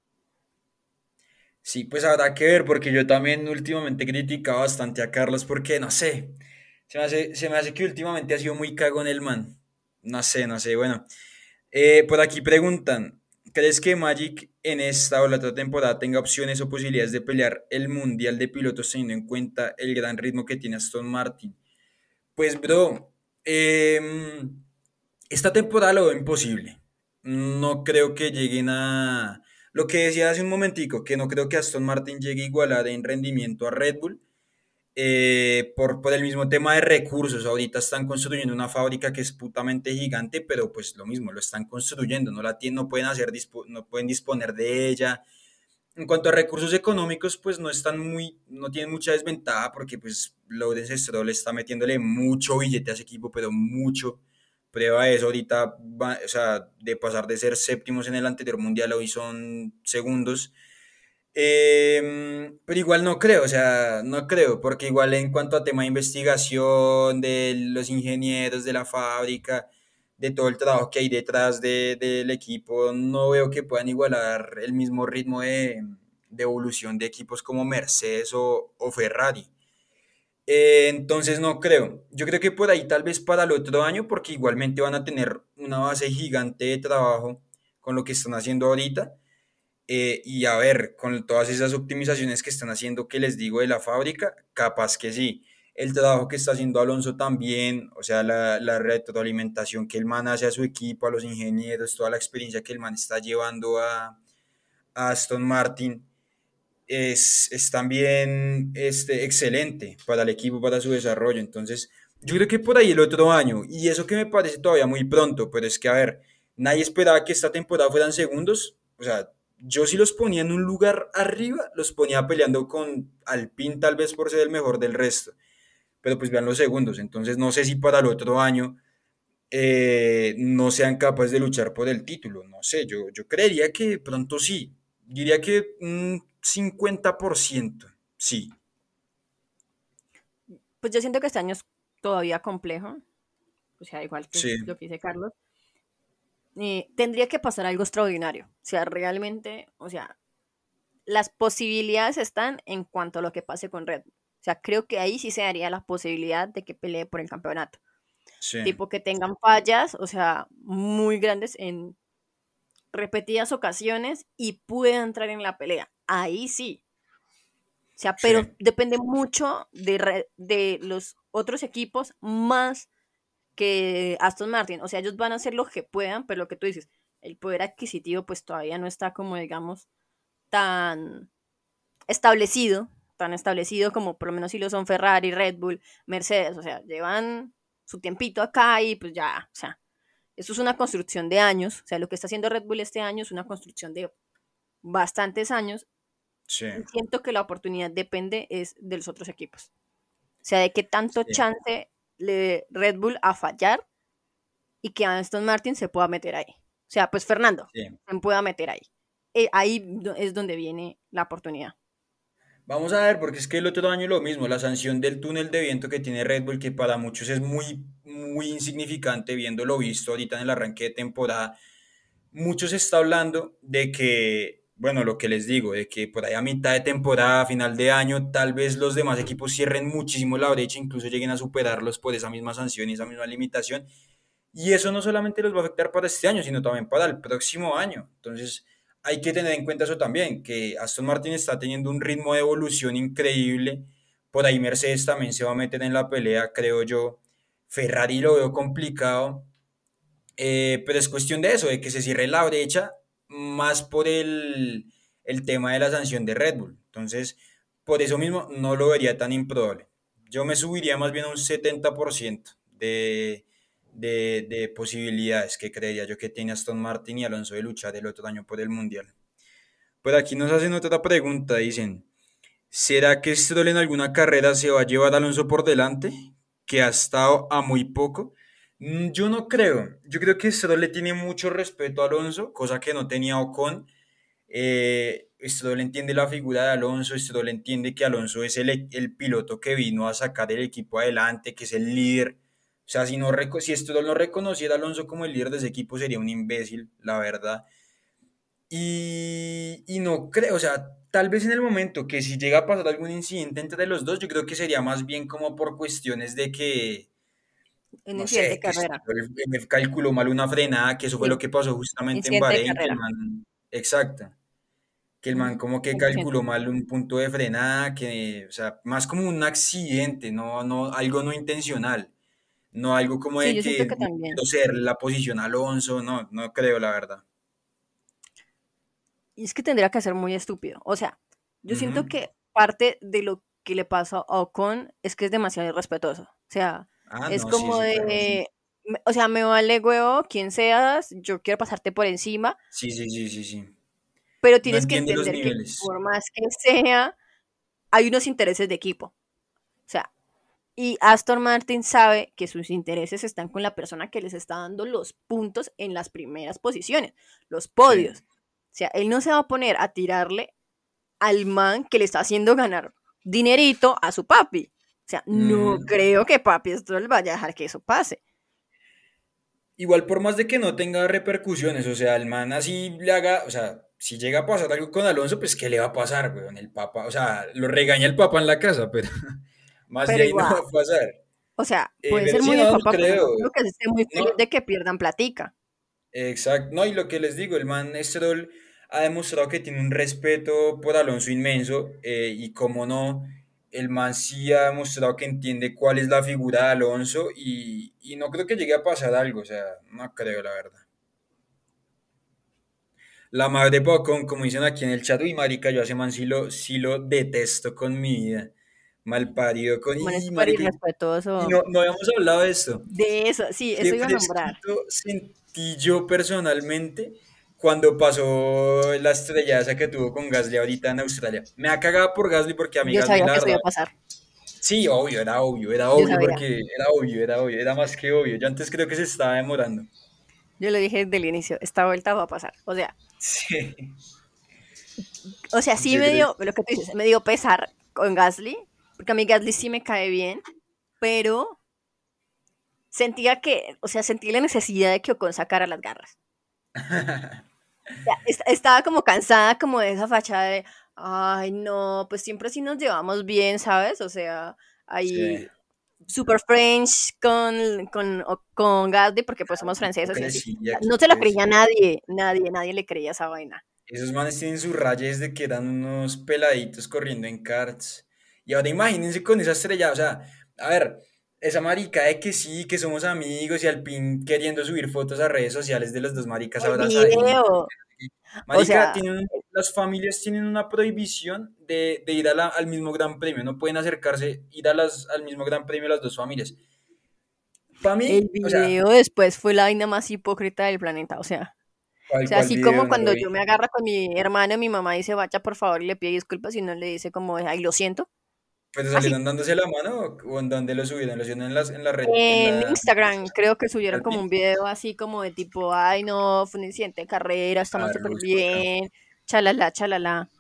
Sí, pues habrá que ver, porque yo también últimamente he criticado bastante a Carlos, porque no sé, se me hace, se me hace que últimamente ha sido muy cagón el man. No sé, no sé, bueno. Eh, por aquí preguntan, ¿crees que Magic en esta o la otra temporada tenga opciones o posibilidades de pelear el Mundial de Pilotos teniendo en cuenta el gran ritmo que tiene Aston Martin? Pues, bro, em, esta temporada lo veo imposible. No creo que lleguen a... Lo que decía hace un momentico, que no creo que Aston Martin llegue a igualar en rendimiento a Red Bull. eh, por, por el mismo tema de recursos. Ahorita están construyendo una fábrica que es putamente gigante, pero pues lo mismo, lo están construyendo, no la tienen, no pueden hacer, dispo- no pueden disponer de ella. En cuanto a recursos económicos, pues no están muy, no tienen mucha desventaja porque pues Lawrence Stroll está metiéndole mucho billete a ese equipo, pero mucho. Prueba de eso ahorita, va- o sea, de pasar de ser séptimos en el anterior mundial, hoy son segundos. Eh, pero igual no creo, o sea, no creo, porque igual en cuanto a tema de investigación, de los ingenieros de la fábrica, de todo el trabajo que hay detrás de- del equipo, no veo que puedan igualar el mismo ritmo de, de evolución de equipos como Mercedes o, o Ferrari. Eh, entonces no creo. Yo creo que por ahí tal vez para el otro año, porque igualmente van a tener una base gigante de trabajo con lo que están haciendo ahorita. Eh, y a ver, con todas esas optimizaciones que están haciendo, que les digo de la fábrica, capaz que sí. El trabajo que está haciendo Alonso también, o sea, la, la retroalimentación que el man hace a su equipo, a los ingenieros, toda la experiencia que el man está llevando a, a Aston Martin, es, es también este, excelente para el equipo, para su desarrollo. Entonces, yo creo que por ahí el otro año, y eso que me parece todavía muy pronto, pero es que, a ver, nadie esperaba que esta temporada fueran segundos. O sea, yo sí los ponía en un lugar arriba, los ponía peleando con Alpine tal vez por ser el mejor del resto. Pero pues vean los segundos. Entonces, no sé si para el otro año eh, no sean capaces de luchar por el título. No sé, yo, yo creería que pronto sí. Diría que un cincuenta por ciento sí. Pues yo siento que este año es todavía complejo, o sea, igual que Sí, lo que dice Carlos. Eh, tendría que pasar algo extraordinario. O sea, realmente, o sea, las posibilidades están en cuanto a lo que pase con Red Bull. O sea, creo que ahí sí se daría la posibilidad de que pelee por el campeonato. sí, Tipo que tengan fallas, o sea, muy grandes en repetidas ocasiones y pueda entrar en la pelea. Ahí sí. O sea, sí, pero depende mucho de, re- de los otros equipos más que Aston Martin. O sea, ellos van a hacer lo que puedan, pero lo que tú dices, el poder adquisitivo pues todavía no está como, digamos, tan establecido, tan establecido como por lo menos si lo son Ferrari, Red Bull, Mercedes. O sea, llevan su tiempito acá y pues ya, o sea, eso es una construcción de años. O sea, lo que está haciendo Red Bull este año es una construcción de bastantes años. sí, Y siento que la oportunidad depende es de los otros equipos. O sea, de qué tanto sí, chance le Red Bull a fallar y que Aston Martin se pueda meter ahí. O sea, pues Fernando sí. se pueda meter ahí. Eh, ahí do- es donde viene la oportunidad. Vamos a ver, porque es que el otro año lo mismo, la sanción del túnel de viento que tiene Red Bull, que para muchos es muy, muy insignificante, viéndolo visto ahorita en el arranque de temporada. Muchos está hablando de que, bueno, lo que les digo, de que por ahí a mitad de temporada, a final de año, tal vez los demás equipos cierren muchísimo la brecha, incluso lleguen a superarlos por esa misma sanción y esa misma limitación. Y eso no solamente los va a afectar para este año, sino también para el próximo año. Entonces, hay que tener en cuenta eso también, que Aston Martin está teniendo un ritmo de evolución increíble. Por ahí Mercedes también se va a meter en la pelea, creo yo. Ferrari lo veo complicado, eh, pero es cuestión de eso, de que se cierre la brecha, más por el, el tema de la sanción de Red Bull. Entonces, por eso mismo no lo vería tan improbable. Yo me subiría más bien a un setenta por ciento de, de, de posibilidades que creería yo que tiene Aston Martin y Alonso de luchar el otro año por el Mundial. Por aquí nos hacen otra pregunta, dicen, ¿será que Stroll en alguna carrera se va a llevar a Alonso por delante? Que ha estado a muy poco. Mm, Yo no creo. Yo creo que Stroll le tiene mucho respeto a Alonso, cosa que no tenía Ocon. Eh, Stroll entiende la figura de Alonso, Stroll entiende que Alonso es el, el piloto que vino a sacar el equipo adelante, que es el líder. O sea, si, no, reco- si Stroll no reconociera a Alonso como el líder de ese equipo, sería un imbécil, la verdad. Y, y no creo, o sea, tal vez en el momento que si llega a pasar algún incidente entre los dos, yo creo que sería más bien como por cuestiones de que, En no incidente de sé, que si carrera. me calculó mal una frenada, que eso fue lo Sí, que pasó justamente en incidente de Bahrein, que el carrera. man, exacto, que el man Ujú, como que cien por ciento. calculó mal un punto de frenada, que, o sea, más como un accidente, no, no, algo no intencional, no algo como Sí, de yo siento que que también. quiero ser la posición Alonso, no, no creo, la verdad. Y es que tendría que ser muy estúpido. O sea, yo Ujú, siento que parte de lo que le pasa a Ocon es que es demasiado irrespetuoso. O sea, Ah, es no, sí, como súper razón. de, me- o sea, me vale huevo quien seas, yo quiero pasarte por encima, Sí, sí, sí, sí, sí. pero No tienes que entiende los entender que niveles. por más que sea, hay unos intereses de equipo. O sea, y Aston Martin sabe que sus intereses están con la persona que les está dando los puntos en las primeras posiciones, los Sí. podios. O sea, él no se va a poner a tirarle al man que le está haciendo ganar dinerito a su papi. O sea, no Ujú. creo que papi esto le vaya a dejar que eso pase. Igual por más de que no tenga repercusiones, o sea, el man así le haga, o sea, si llega a pasar algo con Alonso, pues ¿qué le va a pasar, weón? El papá, o sea, lo regaña el papá en la casa, pero más de Pero ahí no va igual, a pasar. o sea, Eh, puede pero ser sí, muy el no, no papá, pero creo. no creo que esté muy No, feliz de que pierdan platica. exacto. No, y lo que les digo, el man Stroll ha demostrado que tiene un respeto por Alonso inmenso, eh, y como no, el man sí ha demostrado que entiende cuál es la figura de Alonso y, y no creo que llegue a pasar algo, o sea, no creo, la verdad. La madre de Bocón, como dicen aquí en el chat, uy, marica, yo a ese man sí lo, sí lo detesto con mi vida. Mal parido con... Bueno, es Y, súper marica, y y irrespetuoso no, no habíamos hablado de esto. de eso. Sí, Qué eso iba a nombrar. fresquito sentí yo personalmente cuando pasó la estrella esa que tuvo con Gasly ahorita en Australia. Me ha cagado por Gasly porque a mí Yo Gasly, sabía la que eso iba verdad, a pasar. sí, obvio, era obvio, era Yo obvio sabía. porque era obvio, era obvio, era más que obvio. Yo antes creo que se estaba demorando. Yo lo dije desde el inicio. Esta vuelta va a pasar. O sea, Sí, o sea, sí yo me creo. dio, lo que tú dices, me dio pesar con Gasly, porque a mí Gasly sí me cae bien, pero sentía que, o sea, sentí la necesidad de que Ocon sacara las garras. O sea, est- estaba como cansada como de esa fachada de, ay, no, pues siempre sí nos llevamos bien, ¿sabes? O sea, Sí, ahí super French con, con, o- con Gasly, porque pues somos qué franceses y así. O hipocresía, sea, qué no se la creía hipocresía. nadie, nadie, nadie le creía esa vaina. Esos manes tienen sus rayas de que eran unos peladitos corriendo en karts. Y ahora imagínense con esa estrella, o sea, a ver, esa marica de que sí, que somos amigos y al pin queriendo subir fotos a redes sociales de los dos maricas El abrazaditos. video, o Marica, sea, tienen, las familias tienen una prohibición de, de ir a la- al mismo Gran Premio, no pueden acercarse, ir a las, al mismo Gran Premio las dos familias. Para el mí, o sea, video después fue la vaina más hipócrita del planeta, o sea. O ¿cuál, sea, cuál así como video no lo cuando vi? yo me agarro con mi hermano, mi mamá dice, vaya por favor y le pide disculpas y no le dice como, ay, lo siento. ¿Pero Así. salieron dándose la mano o, o en dónde lo subieron? ¿Lo subieron en, las, en la red, en En la... Instagram creo que subieron como un Alpine? video así como de tipo, ay, no, fue un incidente de carrera, A estamos ver, lo súper busco acá. bien, chalala, chalala.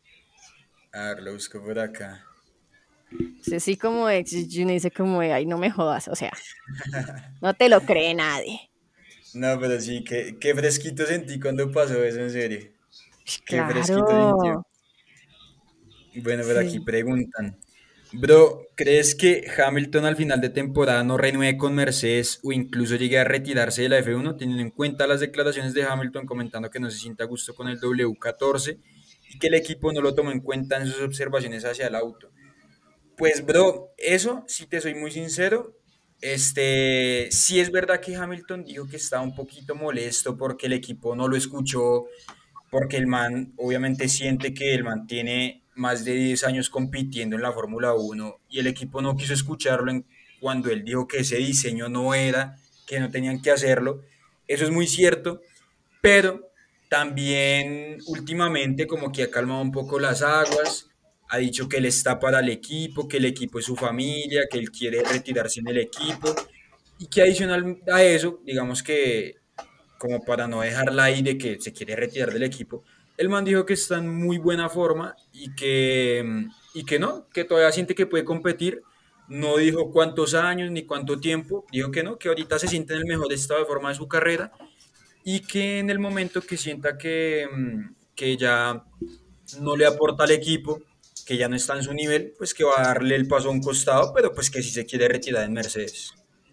A ver, lo busco por acá. Sí, así como de, y uno dice como de, ay, no me jodas, o sea, no te lo cree nadie. No, pero sí, qué, qué fresquito sentí cuando pasó eso, en serio. Qué fresquito sintió. Claro. Bueno, pero aquí Sí. preguntan. Bro, ¿crees que Hamilton al final de temporada no renueve con Mercedes o incluso llegue a retirarse de la F uno, teniendo en cuenta las declaraciones de Hamilton comentando que no se siente a gusto con el W catorce y que el equipo no lo tomó en cuenta en sus observaciones hacia el auto? Pues, bro, eso, si te soy muy sincero, este, sí es verdad que Hamilton dijo que estaba un poquito molesto porque el equipo no lo escuchó, porque el man obviamente siente que el man tiene más de diez años compitiendo en la Fórmula Uno y el equipo no quiso escucharlo en, cuando él dijo que ese diseño no era, que no tenían que hacerlo. Eso es muy cierto, pero también últimamente como que ha calmado un poco las aguas, ha dicho que él está para el equipo, que el equipo es su familia, que él quiere retirarse en el equipo y que adicional a eso, digamos que como para no dejarla ahí de que se quiere retirar del equipo, el man dijo que está en muy buena forma y que, y que no, que todavía siente que puede competir. No dijo cuántos años ni cuánto tiempo, dijo que no, que ahorita se siente en el mejor estado de forma de su carrera y que en el momento que sienta que, mm, que ya no le aporta al equipo, que ya no está en su nivel, pues que va a darle el paso a un costado, pero pues que si se quiere retirar en Mercedes.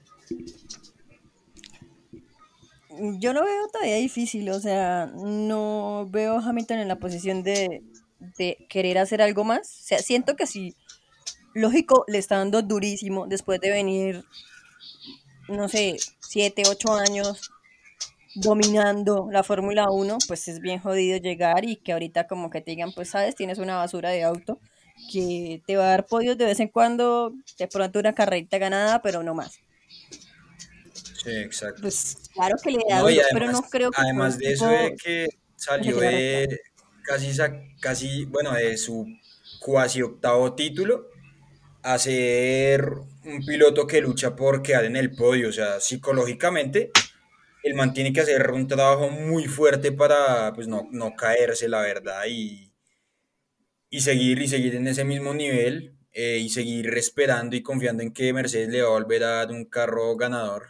Yo lo veo todavía difícil, o sea, no veo a Hamilton en la posición de, de querer hacer algo más. O sea, siento que sí, lógico, le está dando durísimo después de venir, no sé, siete, ocho años dominando la Fórmula Uno, pues es bien jodido llegar y que ahorita como que te digan, pues sabes, tienes una basura de auto que te va a dar podios de vez en cuando, de pronto una carrerita ganada, pero no más. Sí, exacto. Pues claro que le da No, y duro, pero no además, creo que todo además el de eso de tiempo que se salió quiera retirar. de casi, sa- casi, bueno, de su cuasi octavo título a ser un piloto que lucha por quedar en el podio. O sea, psicológicamente, el man tiene que hacer un trabajo muy fuerte para, pues, no, no caerse, la verdad, y, y seguir, y seguir en ese mismo nivel, eh, y seguir esperando y confiando en que Mercedes le va a volver a dar un carro ganador.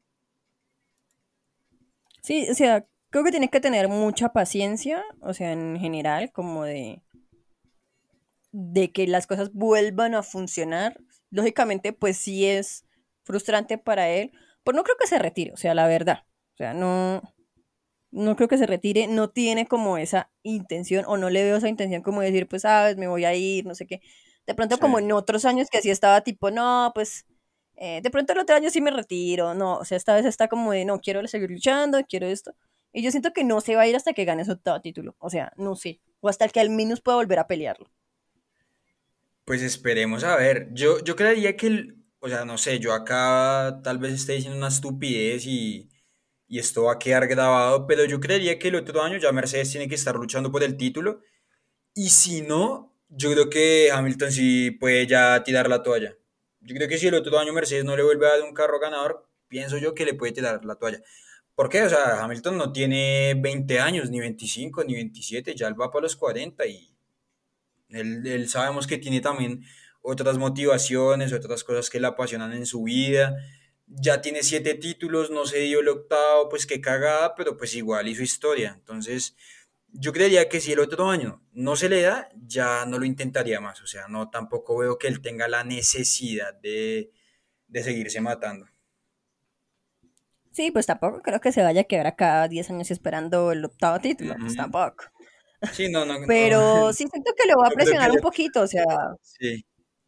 Sí, o sea, creo que tienes que tener mucha paciencia, o sea, en general, como de, de que las cosas vuelvan a funcionar. Lógicamente, pues sí es frustrante para él, pero no creo que se retire, o sea, la verdad. O sea, no, no creo que se retire, no tiene como esa intención, o no le veo esa intención como decir, pues, sabes, me voy a ir, no sé qué. De pronto, Sí. como en otros años que así estaba tipo, no, pues, eh, de pronto el otro año sí me retiro, no, o sea, esta vez está como de, no, quiero seguir luchando, quiero esto. Y yo siento que no se va a ir hasta que gane su octavo título, o sea, no sé, o hasta el que al menos pueda volver a pelearlo. Pues esperemos a ver. Yo, yo creería que, el- o sea, no sé, yo acá tal vez esté diciendo una estupidez y, y esto va a quedar grabado, pero yo creería que el otro año ya Mercedes tiene que estar luchando por el título. Y si no, yo creo que Hamilton sí puede ya tirar la toalla. Yo creo que si el otro año Mercedes no le vuelve a dar un carro ganador, pienso yo que le puede tirar la toalla. ¿Por qué? O sea, Hamilton no tiene veinte años, ni veinticinco ni veintisiete, ya él va para los cuarenta y él, él sabemos que tiene también otras motivaciones, otras cosas que le apasionan en su vida. Ya tiene siete títulos, no se dio el octavo, pues qué cagada, pero pues igual hizo historia. Entonces, yo creería que si el otro año no se le da, ya no lo intentaría más. O sea, no tampoco veo que él tenga la necesidad de, de seguirse matando. Sí, pues tampoco creo que se vaya a quedar acá diez años esperando el octavo título, pues Ujú. tampoco. Sí, no, no, no, Pero sí siento que lo va a no creo que presionar un le... poquito, o sea, Sí,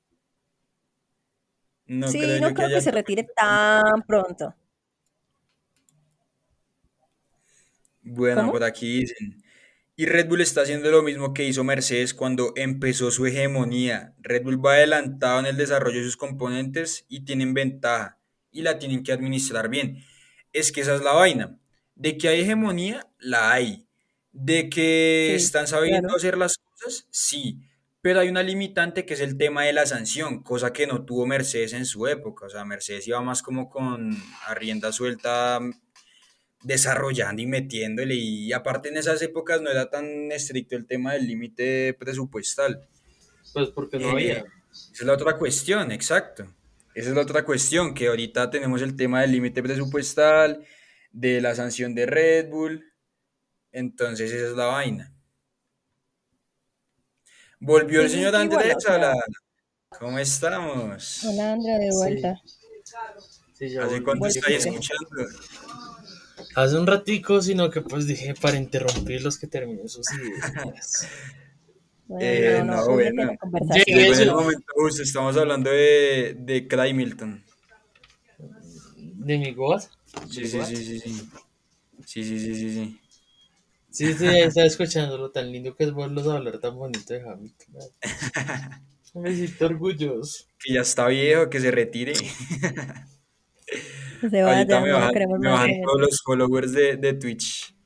no creo sí, no yo que creo haya que se retire tan pronto. Bueno, ¿Cómo? por aquí dicen. Y Red Bull está haciendo lo mismo que hizo Mercedes cuando empezó su hegemonía. Red Bull va adelantado en el desarrollo de sus componentes y tienen ventaja y la tienen que administrar bien. Es que esa es la vaina. De que hay hegemonía, la hay. De que Sí, están sabiendo claro. hacer las cosas, sí. Pero hay una limitante que es el tema de la sanción, cosa que no tuvo Mercedes en su época. O sea, Mercedes iba más como con a rienda suelta desarrollando y metiéndole. Y aparte en esas épocas no era tan estricto el tema del límite presupuestal. Pues porque no Eh, había. esa es la otra cuestión, exacto. Esa es la otra cuestión, que ahorita tenemos el tema del límite presupuestal, de la sanción de Red Bull. Entonces esa es la vaina. Volvió el Sí, es señor que igual, Andrés o a sea, la... ¿Cómo estamos? hola Andrea, de Sí, vuelta. sí, ya ¿Hace volví. cuánto ¿Qué estáis Volviste. fue? escuchando? Hace un ratico, sino que pues dije para interrumpirlos que terminen sus ideas. No, Eh, no, no, no, únete a bueno. la conversación. Llegué Llegó en el eso momento justo, estamos hablando de, de Craig Milton. de mi God, Sí, de sí, God. sí, sí, sí. Sí, sí, sí, sí, sí. Sí, sí, ahí estaba escuchándolo, tan lindo que es verlos hablar tan bonito de Hamilton. Me siento orgulloso. Que ya está viejo, que se retire. Que se Ahorita vaya, me no lo bajan, queremos me más bajan en el todos team. los followers de, de Twitch.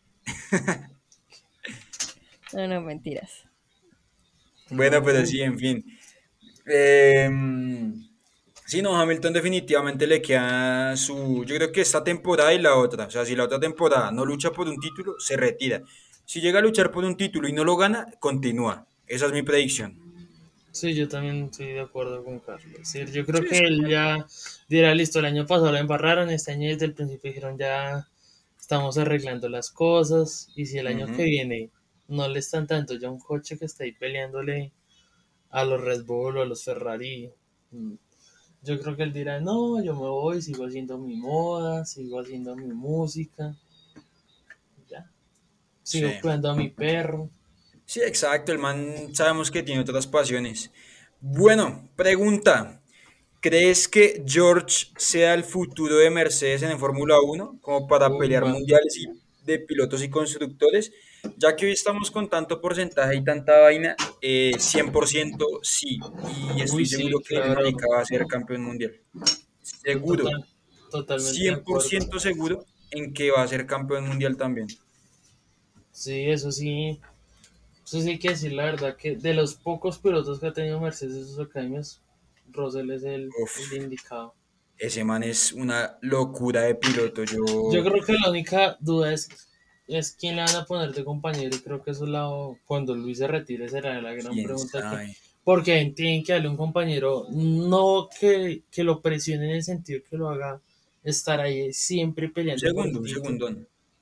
No, no, mentiras. Bueno, pero No, sí, en fin. Eh, sí, no, Hamilton definitivamente le queda su... Yo creo que esta temporada y la otra. O sea, si la otra temporada no lucha por un título, se retira. Si llega a luchar por un título y no lo gana, continúa. Esa es mi predicción. sí, yo también estoy de acuerdo con Carlos. Sí, yo creo Sí, que es que... él ya dirá, listo, el año pasado la embarraron, este año desde el principio dijeron ya estamos arreglando las cosas y si el año que Ujú. viene no le están tanto ya un coche que está ahí peleándole a los Red Bull o a los Ferrari, mm, yo creo que él dirá, no, yo me voy, sigo haciendo mi moda, sigo haciendo mi música, ya, Sí. sigo cuidando a mi perro. Sí, exacto. El man sabemos que tiene otras pasiones. Bueno, pregunta. ¿Crees que George sea el futuro de Mercedes en el Fórmula Uno como para Uy, pelear man, mundiales y de pilotos y constructores? Ya que hoy estamos con tanto porcentaje y tanta vaina, eh, cien por ciento sí. Y Uy, estoy sí, seguro que el claro. marica va a ser campeón mundial. Seguro, Total, totalmente de cien por acuerdo. ciento seguro en que va a ser campeón mundial también. Sí, eso sí. Eso sí hay que decir la verdad que de los pocos pilotos que ha tenido Mercedes en sus academias, Russell es el, el Uf, indicado. ese man es una locura de piloto. Yo Yo, creo que la única duda es, es quién le van a poner de compañero y creo que eso la, cuando Luis se retire será la gran quién pregunta que, sabe. porque tienen que darle un compañero, no que, que lo presione en el sentido que lo haga estar ahí siempre Un peleando por segundo, el un título. segundón.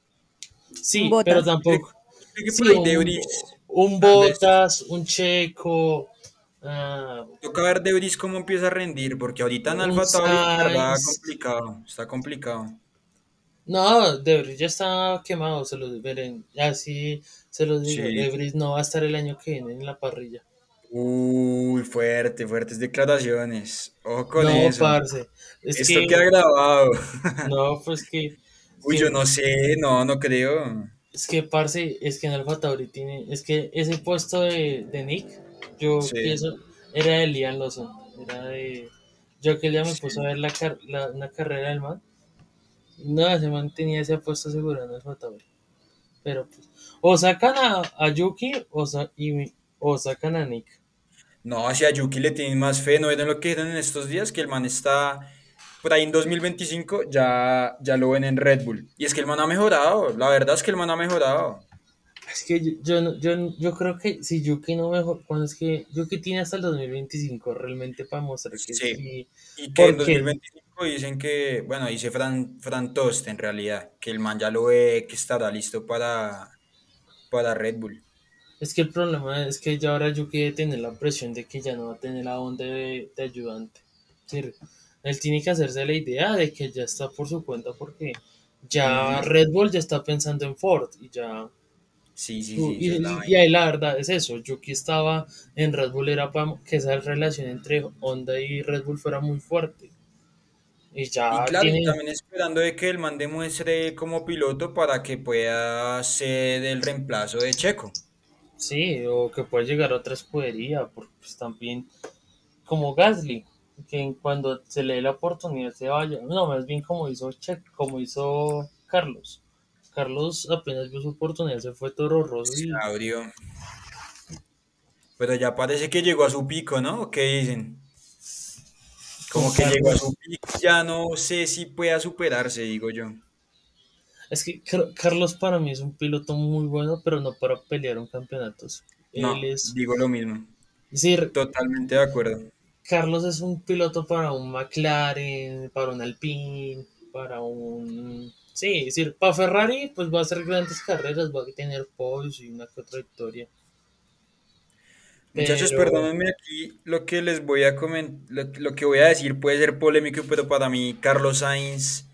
Sí, pero Botas. Creo, tampoco. creo que por Sí, ahí un, Debris, un tal vez. Botas, un Checo, ah, Toca ver Debris cómo empieza a rendir, porque ahorita en un Alfa Tauri, la verdad, Sainz. complicado. Está complicado. No, Debris ya está quemado, se los verán. Así se los digo. Sí. Debris no va a estar el año que viene en la parrilla. Uy, fuerte, fuertes declaraciones. Ojo con No, eso. parce. Es Esto que, queda grabado. no, pues que, es Uy, yo que, no sé, no, no creo. es que, parce, es que en Alfa Tauri tiene, es que ese puesto de, de Nick, yo Sí, pienso, era de Liam Lawson, era de, yo que ya me puse a sí. ver la, car- la una carrera del man, no, ese man tenía ese puesto seguro en Alfa Tauri, pero pues, o sacan a, a Yuki o, sa- y, o sacan a Nick. No, hacia Yuki le tienen más fe, ¿no vieron lo que dijeron en estos días? Que el man está por ahí en dos mil veinticinco, ya, ya lo ven en Red Bull. Y es que el man ha mejorado, la verdad es que el man ha mejorado. Es que yo, yo, no- yo, no- yo creo que si Yuki no mejor, cuando es que Yuki tiene hasta el dos mil veinticinco realmente para mostrar que Sí. sí, Y que en porque dos mil veinticinco dicen que, bueno, dice Fran, Fran Tost en realidad, que el man ya lo ve, que estará listo para, para Red Bull. es que el problema es que ya ahora Yuki debe tener la presión de que ya no va a tener a dónde de, de ayudante. Es decir, él tiene que hacerse la idea de que ya está por su cuenta porque ya Ujú. Red Bull ya está pensando en Ford y ya Sí, sí, su- sí, esa es la y, y vaina. ahí la verdad es eso, Yuki estaba en Red Bull era para que esa relación entre Honda y Red Bull fuera muy fuerte y Y ya claro, y tiene, también esperando de que el man demuestre como piloto para que pueda ser el reemplazo de Checo. sí, o que puede llegar a otra escudería, porque pues también como Gasly, que en cuando se le dé la oportunidad se vaya, no, más bien como hizo Che, como hizo Carlos. Carlos apenas vio su oportunidad, se fue Toro Rosso Se y abrió. Pero ya parece que llegó a su pico, ¿no? ¿Qué dicen? con Como que llegó a su Carlos. pico, ya no sé si pueda superarse, digo yo. Es que Car- Carlos para mí es un piloto muy bueno, pero no para pelear un campeonato. Él No, es, digo lo mismo. es decir, Totalmente de acuerdo. Carlos es un piloto para un McLaren, para un Alpine, para un... Sí, es decir, para Ferrari pues va a hacer grandes carreras, va a tener podios y una que otra victoria. Muchachos, Pero perdónenme aquí lo que les voy a comentar, lo, lo que voy a decir puede ser polémico, pero para mí Carlos Sainz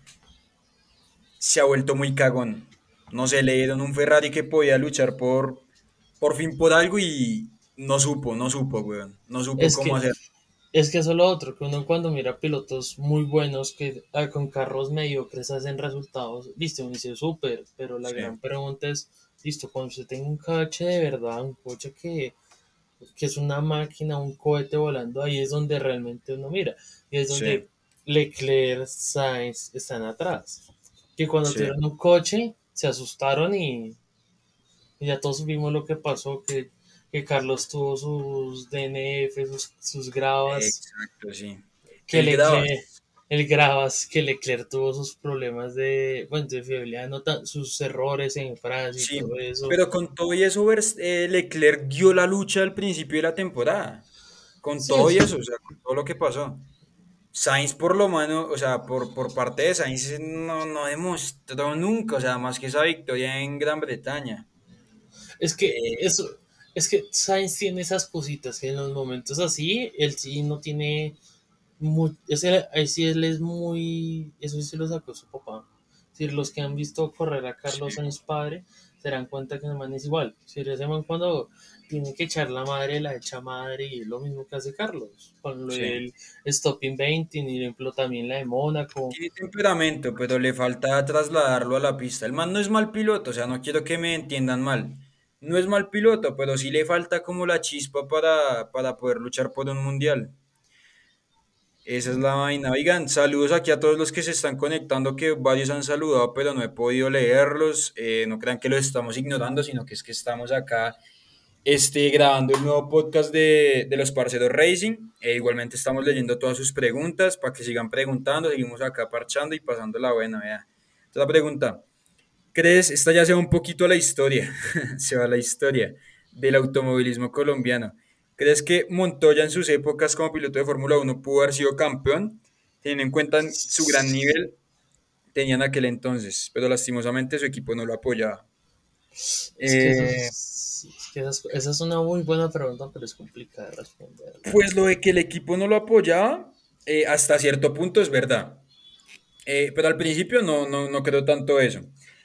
se ha vuelto muy cagón. No sé, le dieron un Ferrari que podía luchar por, por fin por algo y no supo, no supo, weón. No supo es cómo que hacer. es que eso es lo otro, que uno cuando mira pilotos muy buenos que ah, con carros mediocres hacen resultados, listo, uno dice súper, pero la Sí, gran pregunta es, listo, cuando usted tenga un coche de verdad, un coche que, que es una máquina, un cohete volando, ahí es donde realmente uno mira, y es sí, donde Leclerc, Sainz están atrás. Que cuando sí. tuvieron un coche se asustaron y, y ya todos vimos lo que pasó, que, que Carlos tuvo sus D N F, sus, sus gravas, Exacto, sí. que El grabas. Leclerc, el gravas, que Leclerc tuvo sus problemas de, bueno, de fiabilidad, no tan- sus errores en Francia y Sí, todo eso. pero con todo y eso, Vers- eh, Leclerc dio la lucha al principio de la temporada. Con Sí, todo y es, eso, o sea, con todo lo que pasó. Sainz por lo menos, o sea, por, por parte de Sainz no, no demostró nunca, o sea, más que esa victoria en Gran Bretaña. es que Eh, eso, es que Sainz tiene esas cositas que en los momentos así, él sí no tiene muy, ese, ahí sí él es muy, eso sí se lo sacó su papá. Es decir, los que han visto correr a Carlos sí, Sainz padre, se dan cuenta que el man es igual. Si ese man cuando tiene que echar la madre, la echa madre, y es lo mismo que hace Carlos, con lo Sí. del Stopping veinte, y por ejemplo también la de Mónaco. Tiene temperamento, pero le falta trasladarlo a la pista. El man no es mal piloto, o sea, no quiero que me entiendan mal. No es mal piloto, pero sí le falta como la chispa para, para poder luchar por un mundial. Esa es la vaina. Oigan, saludos aquí a todos los que se están conectando, que varios han saludado, pero no he podido leerlos. Eh, no crean que los estamos ignorando, sino que es que estamos acá este, grabando el nuevo podcast de, de los Parceros Racing. E igualmente estamos leyendo todas sus preguntas para que sigan preguntando. Seguimos acá parchando y pasando la buena. Vea. Otra pregunta. ¿Crees, esta ya se va un poquito a la historia, se va a la historia del automovilismo colombiano? ¿Crees que Montoya en sus épocas como piloto de Fórmula Uno pudo haber sido campeón, teniendo en cuenta su gran nivel tenían aquel entonces, pero lastimosamente su equipo no lo apoyaba? Es que, eso Eh, es, es que esas- esa es una muy buena pregunta, pero es complicada de responder. pues lo de que el equipo no lo apoyaba, eh, hasta cierto punto es verdad. Eh, pero al principio no, no, no creo tanto eso.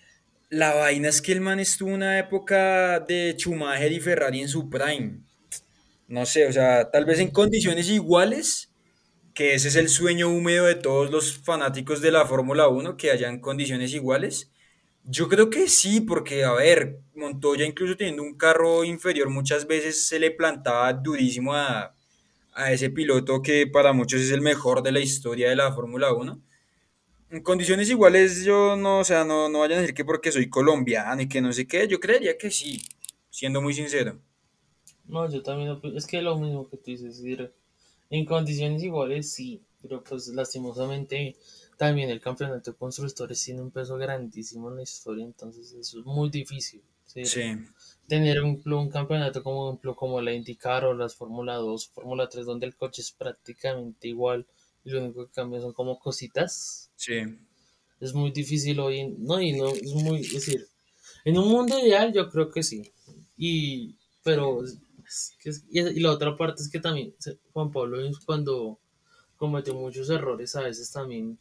La vaina es que el man estuvo en una época de Schumacher y Ferrari en su prime. No sé, o sea, tal vez en condiciones iguales, que ese es el sueño húmedo de todos los fanáticos de la Fórmula Uno, que hayan condiciones iguales. Yo creo que sí, porque, a ver, Montoya incluso teniendo un carro inferior muchas veces se le plantaba durísimo a, a ese piloto que para muchos es el mejor de la historia de la Fórmula Uno. En condiciones iguales yo no, o sea, no, no vayan a decir que porque soy colombiano y que no sé qué, yo creería que sí, siendo muy sincero. No, yo también, opi- es que lo mismo que tú dices, es decir, en condiciones iguales sí, pero pues lastimosamente también el campeonato de constructores tiene un peso grandísimo en la historia, entonces eso es muy difícil, ¿sí? Sí, Tener un, un campeonato como, por ejemplo, como la IndyCar o las Fórmula dos, Fórmula tres, donde el coche es prácticamente igual y lo único que cambia son como cositas, sí, es muy difícil hoy en, no, y no, es muy, es decir, en un mundo ideal yo creo que sí, y, pero, es que es- y, y la otra parte es que también se- Juan Pablo es cuando cometió muchos errores a veces también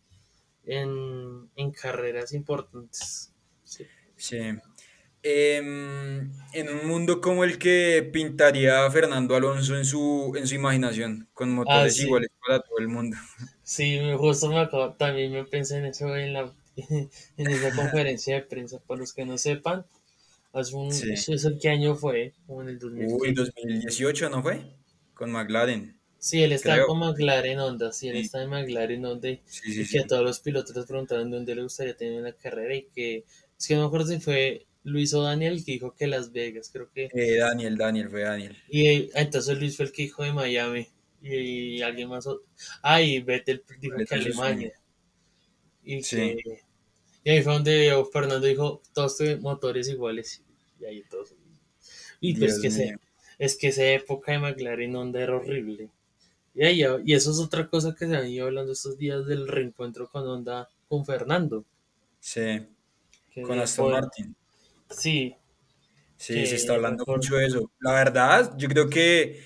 en, en carreras importantes, ¿sí? sí. Em, en un mundo como el que pintaría a Fernando Alonso en su, en su imaginación, con Ah, motores sí. iguales para todo el mundo. Sí, me- justo me acabo, también me pensé en eso en la, en esa conferencia de prensa. Para los que no sepan, hace un, Sí. ¿eso eso qué año fue? Como en el dos mil Uy, qué. dos mil dieciocho, ¿no fue? Con McLaren, Sí, él estaba creo. con McLaren Honda, sí, él Sí, estaba en McLaren Honda, y, sí, sí, y que a sí. todos los pilotos les preguntaron dónde le gustaría tener una carrera, y que, es que no me acuerdo si fue Luis o Daniel el que dijo que Las Vegas, creo que, Eh, Daniel, Daniel, fue Daniel. y eh, entonces Luis fue el que dijo de Miami, y, alguien más, o- ah, y Vettel dijo ¿Cuál que era su sueño? Alemania, y que Sí, Y ahí fue donde Fernando dijo, todos tienen motores iguales. Y ahí todos. Y pero es Dios que, mío. se, es que esa época de McLaren Honda era horrible. Y, ahí, y eso es otra cosa que se han ido hablando estos días del reencuentro con Honda, con Fernando. Sí, con Que Aston fue, Martin. sí, Sí, se está que hablando recuerdo. mucho de eso. La verdad, yo creo que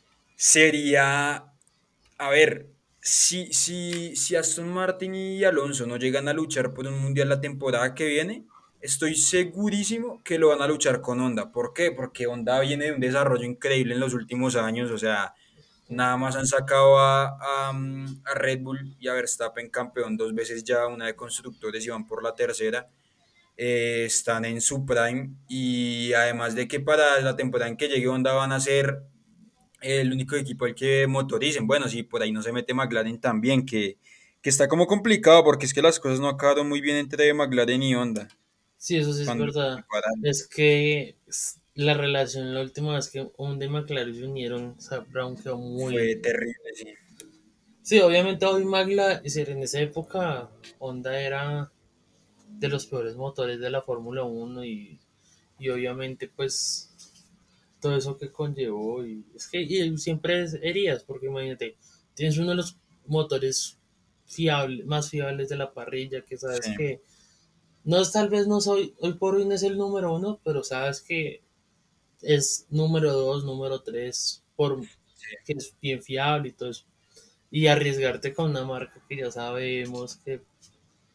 sería, a ver, si, si, si Aston Martin y Alonso no llegan a luchar por un mundial la temporada que viene, estoy segurísimo que lo van a luchar con Honda. ¿Por qué? Porque Honda viene de un desarrollo increíble en los últimos años, o sea, nada más han sacado a, a, mm, a Red Bull y a Verstappen campeón dos veces ya, una de constructores y van por la tercera. Eh, están en su prime y además de que para la temporada en que llegue Honda van a ser el único equipo al que motoricen. Bueno, sí, por ahí no se mete McLaren también, que, que está como complicado porque es que las cosas no acabaron muy bien entre McLaren y Honda Sí, eso sí es cuando se verdad. separaron. Es que s- la relación, la última vez que Honda y McLaren se unieron, Zak Brown quedó muy. Fue terrible, sí. Sí, obviamente hoy McLaren, es decir, en esa época Honda era de los peores motores de la Fórmula Uno, y, y obviamente pues todo eso que conllevó, y es que y siempre es heridas, porque imagínate, tienes uno de los motores fiables, más fiables de la parrilla, que sabes Sí, que no es, tal vez no soy, hoy por hoy no es el número uno, pero sabes que es número dos, número tres, por sí. que es bien fiable y todo eso. Y arriesgarte con una marca que ya sabemos que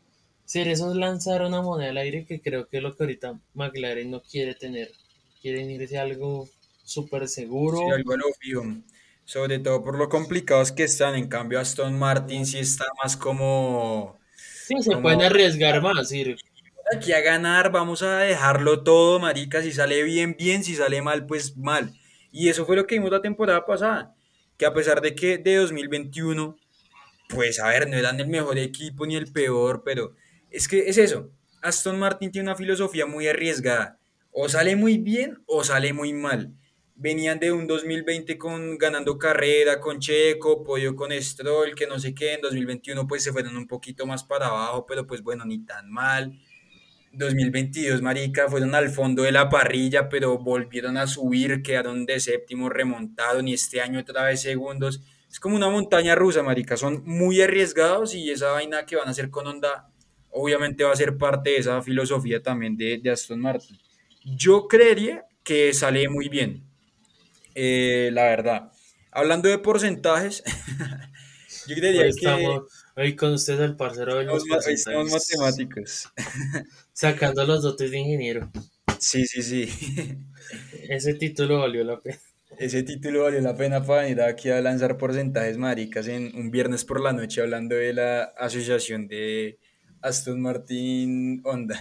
Sí, eso es lanzar una moneda al aire que creo que es lo que ahorita McLaren no quiere tener. Quieren irse a algo súper Sí, seguro. algo a lo fijo. Sobre todo por lo complicados que están. En cambio, Aston Martin sí está más como, Sí, se como pueden arriesgar más, ir. aquí a ganar, vamos a dejarlo todo, marica. Si sale bien, bien, si sale mal, pues mal. Y eso fue lo que vimos la temporada pasada. Que a pesar de que de dos mil veintiuno pues a ver, no eran el mejor equipo ni el peor, pero es que es eso. Aston Martin tiene una filosofía muy arriesgada. O sale muy bien o sale muy mal. Venían de un dos mil veinte con ganando carrera con Checo, podio con Stroll, que no sé qué. En dos mil veintiuno pues se fueron un poquito más para abajo, pero pues bueno, ni tan mal. dos mil veintidós, marica, fueron al fondo de la parrilla, pero volvieron a subir, quedaron de séptimo, remontaron y este año otra vez segundos. Es como una montaña rusa, marica, son muy arriesgados y esa vaina que van a hacer con Honda, obviamente va a ser parte de esa filosofía también de, de Aston Martin. Yo creería que sale muy bien, eh, la verdad. Hablando de porcentajes, yo Hoy creería que estamos, hoy con ustedes el parcero de estamos, los ma- hoy estamos porcentajes, matemáticos. sacando los dotes de ingeniero. Sí, sí, sí. Ese título valió la pena. Ese título valió la pena para venir aquí a lanzar porcentajes maricas en un viernes por la noche hablando de la asociación de Aston Martin Honda.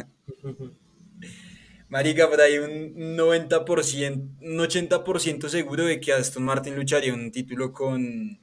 Marica, por ahí un noventa por ciento, un ochenta por ciento seguro de que Aston Martin lucharía un título con,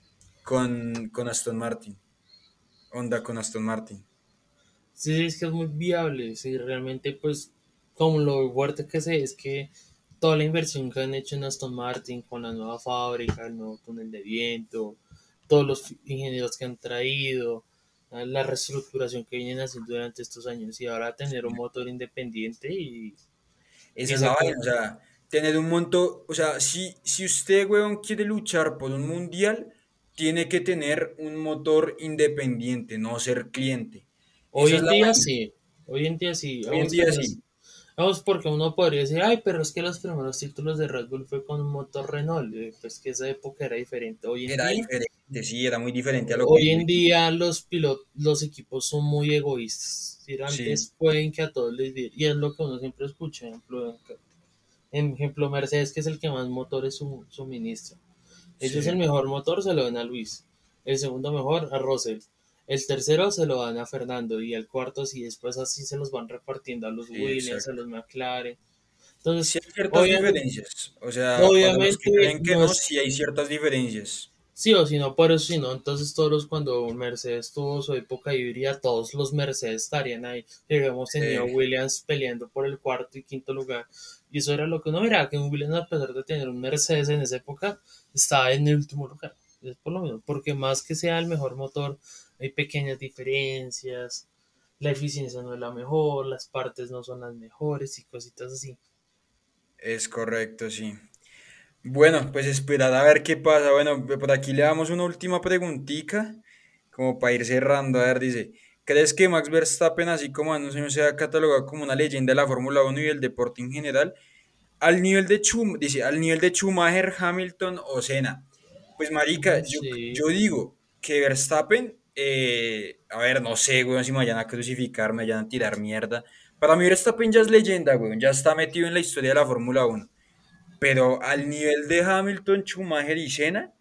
con, con Aston Martin. Honda con Aston Martin. Sí, es que es muy viable. Sí, realmente, pues, como lo fuerte que sé, es que toda la inversión que han hecho en Aston Martin con la nueva fábrica, el nuevo túnel de viento, todos los ingenieros que han traído, eh, la reestructuración que vienen haciendo durante estos años y ahora tener un motor independiente y, Esa y es la sacar. vaina, o sea, tener un monto, o sea, si, si usted, weón, quiere luchar por un mundial, tiene que tener un motor independiente, no ser cliente. Hoy Esa es en la día vaina. sí, hoy en día sí, Hoy en vamos que día las. sí, Vamos, porque uno podría decir, ay, pero es que los primeros títulos de Red Bull fue con un motor Renault, eh, pues que esa época era diferente. Hoy en era día, diferente, sí, era muy diferente a lo que hoy en vivimos. día los pilotos, los equipos son muy egoístas. Es decir, Sí, antes pueden que a todos les di- y es lo que uno siempre escucha, ejemplo, en ejemplo Mercedes, que es el que más motores su- suministra. Ellos el sí, mejor motor se lo dan a Luis, el segundo mejor a Russell, el tercero se lo dan a Fernando y el cuarto sí, después así se los van repartiendo a los sí, Williams, a exacto. los McLaren. Entonces, Sí hay ciertas obviamente, diferencias, o sea, para los que obviamente creen que no no, es sí hay ciertas diferencias. sí o sí, no por eso, sino entonces todos los, cuando Mercedes tuvo su época híbrida, todos los Mercedes estarían ahí. Hemos tenido Eh, Williams peleando por el cuarto y quinto lugar. Y eso era lo que uno miraba, que un Williams, a pesar de tener un Mercedes en esa época, estaba en el último lugar. Es por lo mismo, porque más que sea el mejor motor, hay pequeñas diferencias, la eficiencia no es la mejor, las partes no son las mejores y cositas así. es correcto, sí. Bueno, pues esperar a ver qué pasa. Bueno, por aquí le damos una última preguntita, como para ir cerrando. A ver, dice, ¿crees que Max Verstappen, así como hace unos años, sea catalogado como una leyenda de la Fórmula Uno y del deporte en general, al nivel de Schum- dice, al nivel de Schumacher, Hamilton o Senna? Pues marica, Mm, yo, sí, yo digo que Verstappen, eh, a ver, no sé, weón, si me vayan a crucificar, me vayan a tirar mierda. Para mí Verstappen ya es leyenda, weón, ya está metido en la historia de la Fórmula Uno. Pero al nivel de Hamilton, Schumacher y Senna,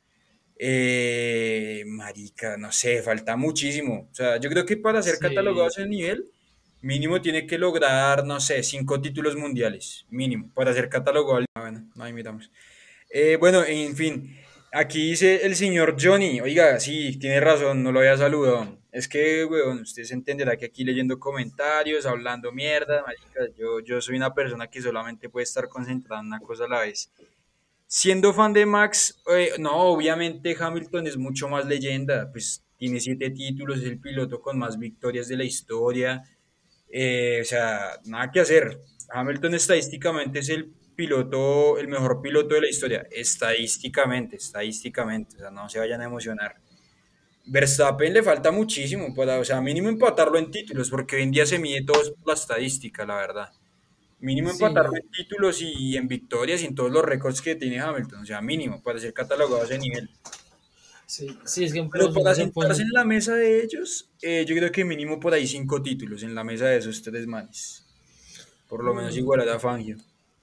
eh, marica, no sé, falta muchísimo. O sea, yo creo que para ser catalogado a sí. ese nivel, mínimo tiene que lograr, no sé, cinco títulos mundiales, mínimo, para ser catalogado. al- Ah, bueno, ahí miramos. Eh, bueno, en fin, aquí dice el señor Johnny, oiga, sí, tiene razón, no lo había saludado. Es que, weón, usted se entenderá que aquí leyendo comentarios, hablando mierda, marica, yo, yo soy una persona que solamente puede estar concentrada en una cosa a la vez. Siendo fan de Max, eh, no, obviamente Hamilton es mucho más leyenda, pues tiene siete títulos, es el piloto con más victorias de la historia, eh, o sea, nada que hacer. Hamilton estadísticamente es el piloto, el mejor piloto de la historia, estadísticamente, estadísticamente, o sea, no se vayan a emocionar. Verstappen le falta muchísimo para, o sea, mínimo empatarlo en títulos, porque hoy en día se mide todo por la estadística, la verdad. Mínimo Sí, empatarlo no. en títulos y en victorias y en todos los récords que tiene Hamilton. O sea, mínimo para ser catalogado a ese nivel. Sí, sí, es que por Pero ejemplo, si para uno se sentarse pone, en la mesa de ellos, eh, yo creo que mínimo por ahí cinco títulos en la mesa de esos tres manes. Por lo menos mm, igualar a Fangio.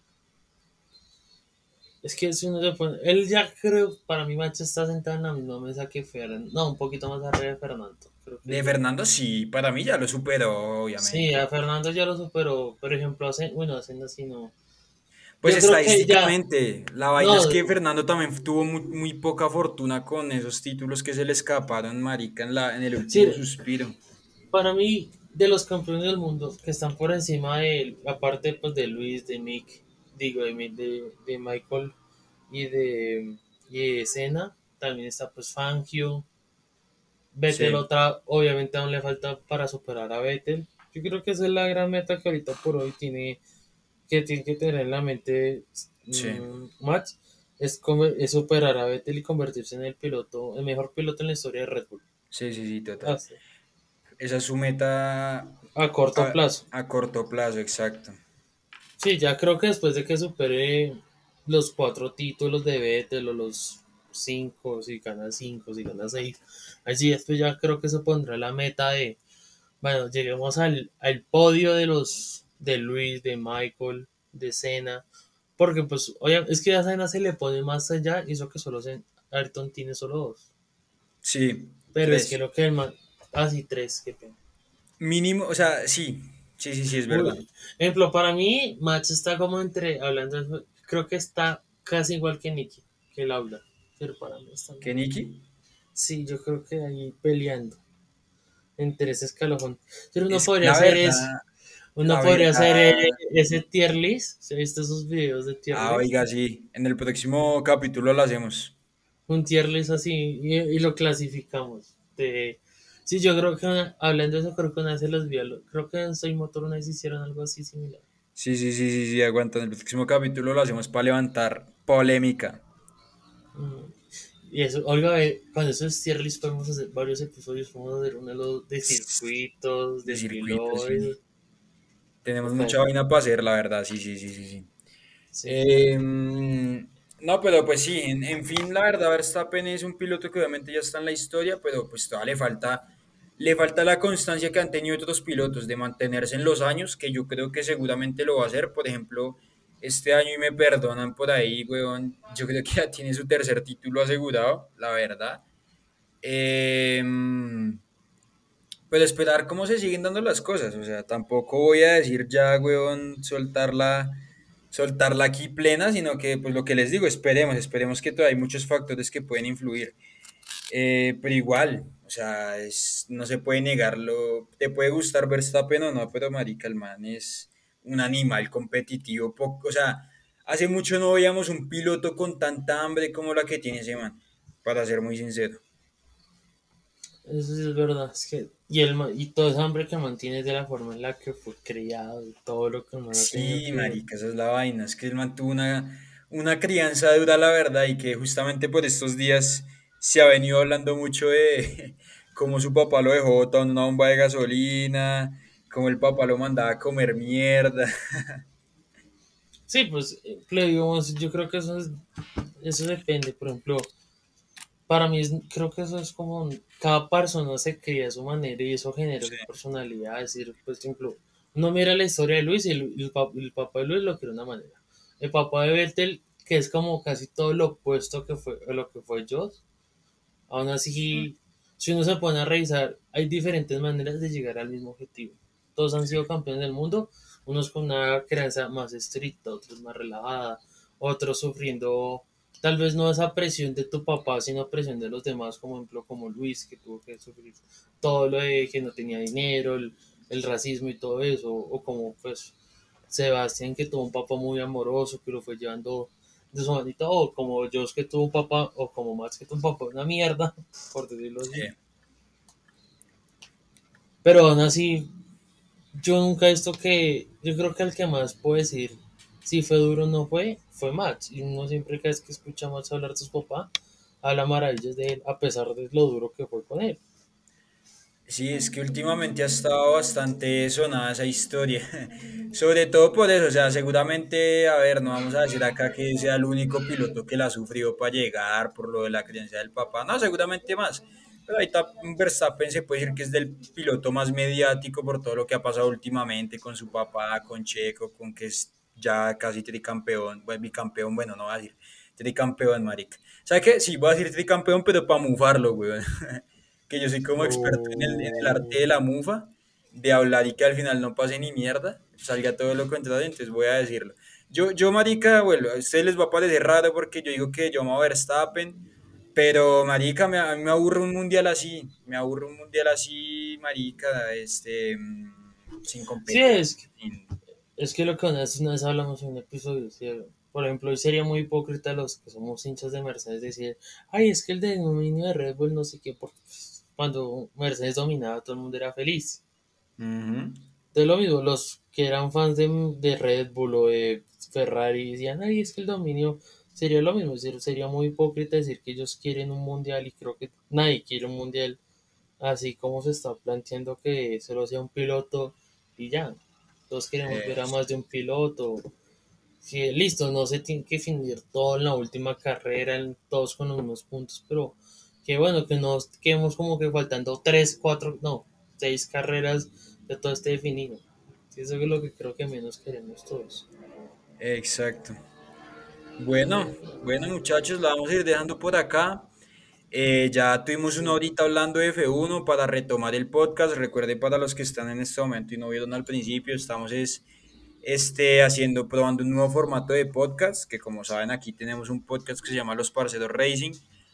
es que si uno se pone, él ya creo, para mí Macho está sentado en la misma mesa que Fernando, no, un poquito más arriba de Fernando, creo que De ya. Fernando sí, para mí ya lo superó, Sí, obviamente. a Fernando ya lo superó, por ejemplo, hace, bueno, haciendo así no. Pues Yo creo que ya, estadísticamente, la vaina no, es que Fernando también tuvo muy, muy poca fortuna con esos títulos que se le escaparon, marica, en la, en el último sí, suspiro. para mí, de los campeones del mundo que están por encima de él, aparte pues de Luis, de Mick, digo, de, Mick, de, de Michael y de, y de Senna, también está pues Fangio, Vettel Sí, otra, obviamente aún le falta para superar a Vettel. Yo creo que esa es la gran meta que ahorita por hoy tiene que, tiene que tener en la mente sí, mm, Max, es, conver- es superar a Vettel y convertirse en el piloto, el mejor piloto en la historia de Red Bull. sí, sí, sí, total. Así, Esa es su meta a corto a, plazo. a corto plazo, exacto. Sí, ya creo que después de que supere los cuatro títulos de Vettel o los cinco, si gana cinco, si gana seis, allí después ya creo que se pondrá la meta de, bueno, lleguemos al, al podio de los de Luis, de Michael, de Senna, porque pues, oye, es que a Senna se le pone más allá, y eso que solo se, Ayrton tiene solo dos, Sí, pero es que tres. lo que el man, ah, sí, tres, qué pena. Mínimo, o sea, sí, sí, sí, sí, es verdad. Uy, ejemplo, para mí, Max está como entre, hablando de eso, creo que está casi igual que Nicky, que Laura, pero para mí está ¿Qué, muy. Nicky? Sí, yo creo que ahí peleando entre ese escalafón. Pero uno Es que podría la hacer es, verdad, uno la podría hacer eh, verdad. ese tier list, ¿se ha visto esos videos de tier Ah, list? oiga, sí, en el próximo capítulo lo hacemos. Un tier list así y, y lo clasificamos. De, sí, yo creo que una- hablando de eso, creo que una vez se los vi, a lo- creo que en Soy Motor una vez hicieron algo así similar. Sí, sí, sí, sí, sí, aguanta. En el próximo capítulo lo hacemos para levantar polémica Mm. Y eso, oiga, eh, con esos tier list podemos hacer varios episodios, podemos hacer uno de los de circuitos, de de circuitos, pilotos. sí. Tenemos Uf, mucha vaina para hacer, la verdad, sí, sí, sí, sí, sí. sí. Em, no, pero pues sí, en, en fin, la verdad, Verstappen es un piloto que obviamente ya está en la historia, pero pues todavía le falta, le falta la constancia que han tenido otros pilotos de mantenerse en los años, que yo creo que seguramente lo va a hacer. Por ejemplo, este año, y me perdonan por ahí, weón, yo creo que ya tiene su tercer título asegurado, la verdad. Em, pero esperar cómo se siguen dando las cosas, o sea, tampoco voy a decir ya, weón, soltarla, soltarla aquí plena, sino que, pues lo que les digo, esperemos, esperemos que todavía hay muchos factores que pueden influir. Eh, pero igual, o sea, es, no se puede negarlo, te puede gustar Verstappen o no, pero marica, el man es un animal competitivo, poco, o sea, hace mucho no veíamos un piloto con tanta hambre como la que tiene ese man, para ser muy sincero. Eso sí es verdad, es que, y, el, ma- y todo ese hambre que mantiene de la forma en la que fue criado, y todo lo que el man ha tenido Sí, que. marica, esa es la vaina. Es que él mantuvo una, una crianza dura, la verdad, y que justamente por estos días se ha venido hablando mucho de cómo su papá lo dejó botado en una bomba de gasolina, cómo el papá lo mandaba a comer mierda. Sí, pues, eh, le digamos, yo creo que eso es, eso depende, por ejemplo, para mí es- creo que eso es como, un- cada persona se cría a su manera y eso genera Sí, su personalidad, es decir, por ejemplo, uno mira la historia de Luis y el, el pa- el papá de Luis lo quiere de una manera, el papá de Vettel, que es como casi todo lo opuesto que fue, a lo que fue Joss. Aún así, si uno se pone a revisar, hay diferentes maneras de llegar al mismo objetivo. Todos han sido campeones del mundo, unos con una crianza más estricta, otros más relajada, otros sufriendo tal vez no esa presión de tu papá, sino presión de los demás, como ejemplo como Luis, que tuvo que sufrir todo lo de que no tenía dinero, el, el racismo y todo eso, o como pues Sebastián, que tuvo un papá muy amoroso, que lo fue llevando de su manita, o como yo que tuvo un papá, o como Max que tuvo un papá una mierda, por decirlo así. sí. Pero aún así, yo nunca he visto que, yo creo que el que más puede decir si fue duro o no fue, fue Max. Y uno siempre que es que escucha a Max hablar de su papá, habla maravillas de él, a pesar de lo duro que fue con él. Sí, es que últimamente ha estado bastante sonada esa historia. Sobre todo por eso, o sea, seguramente, a ver, no vamos a decir acá que sea el único piloto que la sufrió para llegar por lo de la creencia del papá, no, seguramente más. Pero ahí está Verstappen, se puede decir que es del piloto más mediático por todo lo que ha pasado últimamente con su papá, con Checo, con que es ya casi tricampeón, bueno, bicampeón, bueno, no va a decir tricampeón, marica. ¿Sabes qué? Sí, voy a decir tricampeón, pero para mufarlo, güey. Que yo soy como experto en el, en el arte O de la mufa, de hablar y que al final no pase ni mierda, salga todo lo contrario, entonces voy a decirlo. Yo, yo marica, bueno, a ustedes les va a parecer raro porque yo digo que yo me voy a Verstappen, pero marica, me, a mí me aburre un mundial así, me aburre un mundial así, marica, este, mm, sin sí, competencia, es, que- sin- es que lo que una vez, una vez hablamos en un episodio, ¿sí? Por ejemplo, hoy sería muy hipócrita los que somos hinchas de Mercedes decir, ay, es que el dominio de Red Bull no sé qué, porque pues, cuando Mercedes dominaba todo el mundo era feliz. Ujú. De lo mismo, los que eran fans de, de Red Bull o de Ferrari decían, ay, es que el dominio sería lo mismo, es decir, sería muy hipócrita decir que ellos quieren un mundial y creo que nadie quiere un mundial así como se está planteando que solo sea un piloto y ya. Todos queremos Eh, ver a más de un piloto. Sí, listo, no se tiene que definir todo en la última carrera, en- todos con los mismos puntos, pero qué bueno que no quedemos como que faltando tres, cuatro, no, seis carreras de todo esté definido. Sí, eso es lo que creo que menos queremos todos. exacto. Bueno, bueno muchachos, la vamos a ir dejando por acá. Eh, ya tuvimos una Sí, horita hablando de F uno para retomar el podcast. Recuerde para los que están en este momento y no vieron al principio, estamos es, este, haciendo, probando un nuevo formato de podcast, que como saben aquí tenemos un podcast que se llama Los Parceros Racing.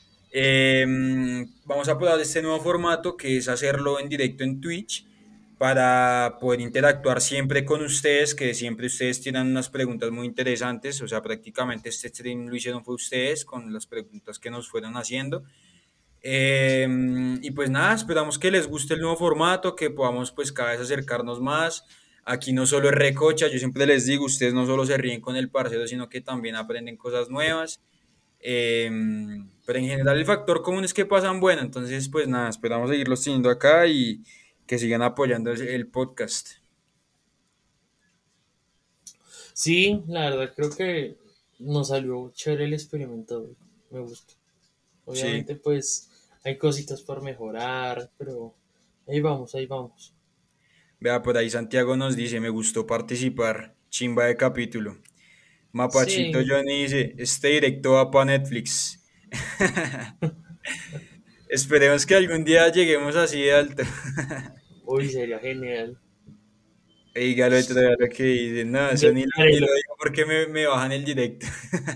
Eh, Vamos a probar este nuevo formato que es hacerlo en directo en Twitch para poder interactuar siempre con ustedes, que siempre ustedes tienen unas preguntas muy interesantes, o sea, prácticamente este stream lo hicieron fue ustedes con las preguntas que nos fueron haciendo. Eh, y pues nada, esperamos que les guste el nuevo formato, que podamos pues cada vez acercarnos más. Aquí no solo es recocha, yo siempre les digo, ustedes no solo se ríen con el parcero, sino que también aprenden cosas nuevas. Eh, pero en general el factor común es que pasan bueno, entonces pues nada, esperamos seguirlos teniendo acá y que sigan apoyando el el podcast. sí, la verdad creo que nos salió chévere el experimento, me gustó. Sí, Obviamente pues hay cositas por mejorar, pero ahí vamos, ahí vamos. vea por ahí Santiago nos dice, me gustó participar, chimba de capítulo. Mapachito Sí, Johnny dice, este directo va para Netflix. Esperemos que algún día lleguemos así de alto. uy, sería genial. Oiga lo otro, vea lo que dice, no, eso Yo ni lo, haré ni lo lo- digo porque me, me bajan el directo.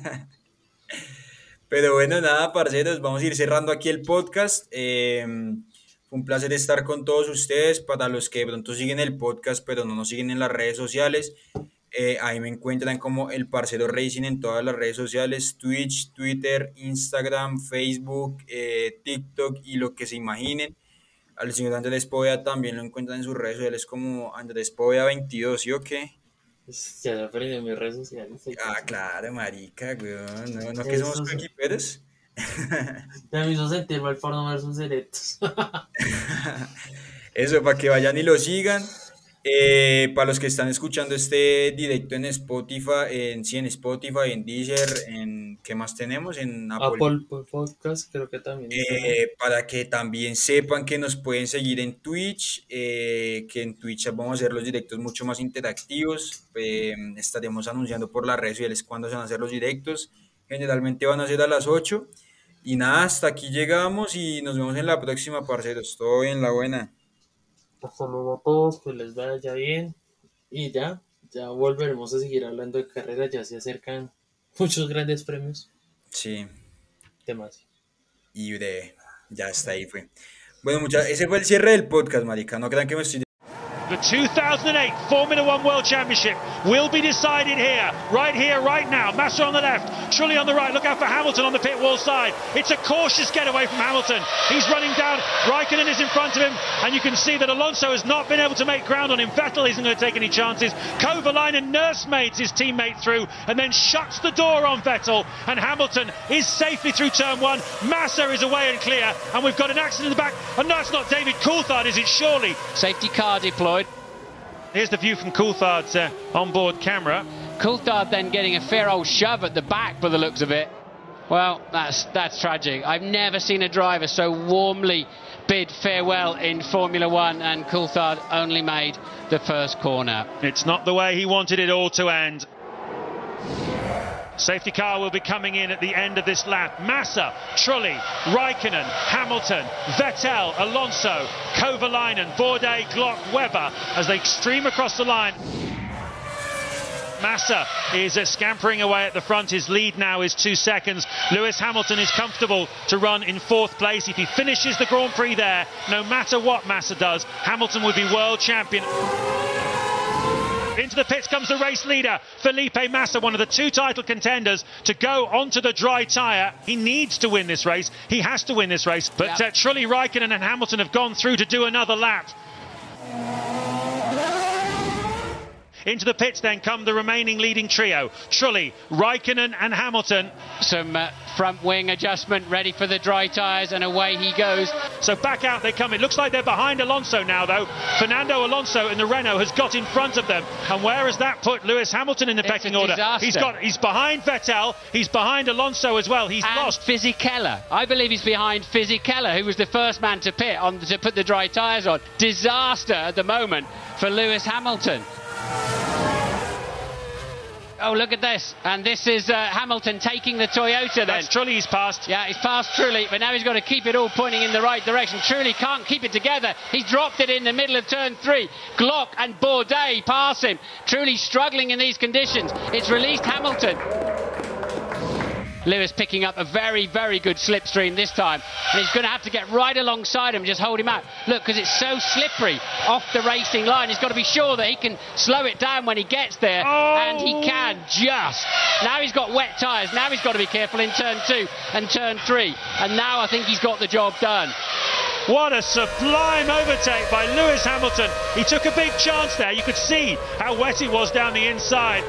Pero bueno, nada, parceros, vamos a ir cerrando aquí el podcast. Eh, fue un placer estar con todos ustedes. Para los que de pronto siguen el podcast, pero no nos siguen en las redes sociales, eh, ahí me encuentran como el Parcero Racing en todas las redes sociales: Twitch, Twitter, Instagram, Facebook, eh, TikTok y lo que se imaginen. Al señor Andrés Poveda también lo encuentran en sus redes sociales como Andrés Poveda veintidós, ¿sí o qué? pues, ya aprendí en mis redes sociales, hay que Ah, hacer. claro, marica, weón. No, no que somos Eso sí. coequiperos. Ya me hizo sentir mal por no ver sus directos. Eso, para que vayan y lo sigan. Eh, para los que están escuchando este directo en Spotify, en, sí, en Spotify, en Deezer, en ¿qué más tenemos? En Apple. Apple Podcast creo que también está, ¿no? Eh, para que también sepan que nos pueden seguir en Twitch, eh, que en Twitch vamos a hacer los directos mucho más interactivos. Eh, estaremos anunciando por las redes sociales cuándo se van a hacer los directos. Generalmente van a ser a las ocho. Y nada, hasta aquí llegamos y nos vemos en la próxima, parceros. Todo bien, la buena. Hasta luego a todos, que les vaya bien. Y ya, ya volveremos a seguir hablando de carreras, ya se acercan muchos grandes premios. Sí, Temas. y breve. Ya está ahí fue. Bueno, muchas, ese fue el cierre del podcast, marica. No crean que me estoy The two thousand eight Formula One World Championship will be decided here, right here, right now. Massa on the left, Trulli on the right. Look out for Hamilton on the pit wall side. It's a cautious getaway from Hamilton. He's running down. Raikkonen is in front of him, and you can see that Alonso has not been able to make ground on him. Vettel isn't going to take any chances. Kovalainen nursemates his teammate through and then shuts the door on Vettel, and Hamilton is safely through turn one. Massa is away and clear, and we've got an accident in the back. And no, it's not David Coulthard, is it? Surely. Safety car deployed. Here's the view from Coulthard's uh, onboard camera. Coulthard then getting a fair old shove at the back by the looks of it. Well, that's that's tragic. I've never seen a driver so warmly bid farewell in Formula One, and Coulthard only made the first corner. It's not the way he wanted it all to end. Safety car will be coming in at the end of this lap. Massa, Trulli, Raikkonen, Hamilton, Vettel, Alonso, Kovalainen, Bourdais, Glock, Webber as they stream across the line. Massa is uh, scampering away at the front. His lead now is two seconds. Lewis Hamilton is comfortable to run in fourth place. If he finishes the Grand Prix there, no matter what Massa does, Hamilton would be world champion. Into the pits comes the race leader, Felipe Massa, one of the two title contenders to go onto the dry tyre. He needs to win this race. He has to win this race. But Yep. uh, Trulli, Raikkonen and Hamilton have gone through to do another lap. Into the pits then come the remaining leading trio, Trulli, Raikkonen and Hamilton. Some uh, front wing adjustment ready for the dry tyres, and away he goes. So back out they come. It looks like they're behind Alonso now, though. Fernando Alonso in the Renault has got in front of them. And where has that put Lewis Hamilton in the It's pecking a order? disaster. He's got. He's behind Vettel. He's behind Alonso as well. He's And lost. Fisichella. I believe he's behind Fisichella, who was the first man to pit on to put the dry tyres on. Disaster at the moment for Lewis Hamilton. Oh, look at this. And this is uh, Hamilton taking the Toyota then. That's Trulli he's passed. Yeah, he's passed Trulli, but now he's got to keep it all pointing in the right direction. Trulli can't keep it together. He's dropped it in the middle of turn three. Glock and Bourdais pass him. Trulli struggling in these conditions. It's released Hamilton. Lewis picking up a very, very good slipstream this time. And he's going to have to get right alongside him, just hold him out. Look, because it's so slippery off the racing line. He's got to be sure that he can slow it down when he gets there. Oh. And he can just. Now he's got wet tyres. Now he's got to be careful in turn two and turn three. And now I think he's got the job done. What a sublime overtake by Lewis Hamilton. He took a big chance there. You could see how wet it was down the inside.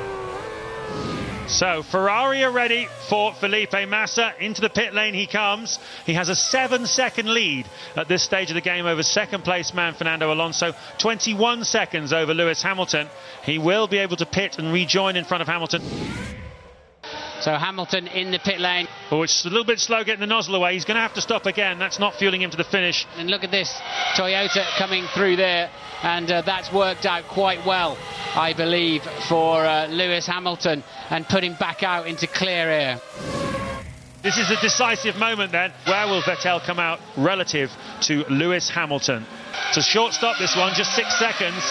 So Ferrari are ready for Felipe Massa. Into the pit lane he comes. He has a seven second lead at this stage of the game over second place man Fernando Alonso. twenty-one seconds over Lewis Hamilton. He will be able to pit and rejoin in front of Hamilton. So Hamilton in the pit lane. Oh, it's a little bit slow getting the nozzle away. He's going to have to stop again. That's not fueling him to the finish. And look at this Toyota coming through there. And uh, that's worked out quite well, I believe, for uh, Lewis Hamilton, and put him back out into clear air. This is a decisive moment then. Where will Vettel come out relative to Lewis Hamilton? It's a short stop this one, just six seconds.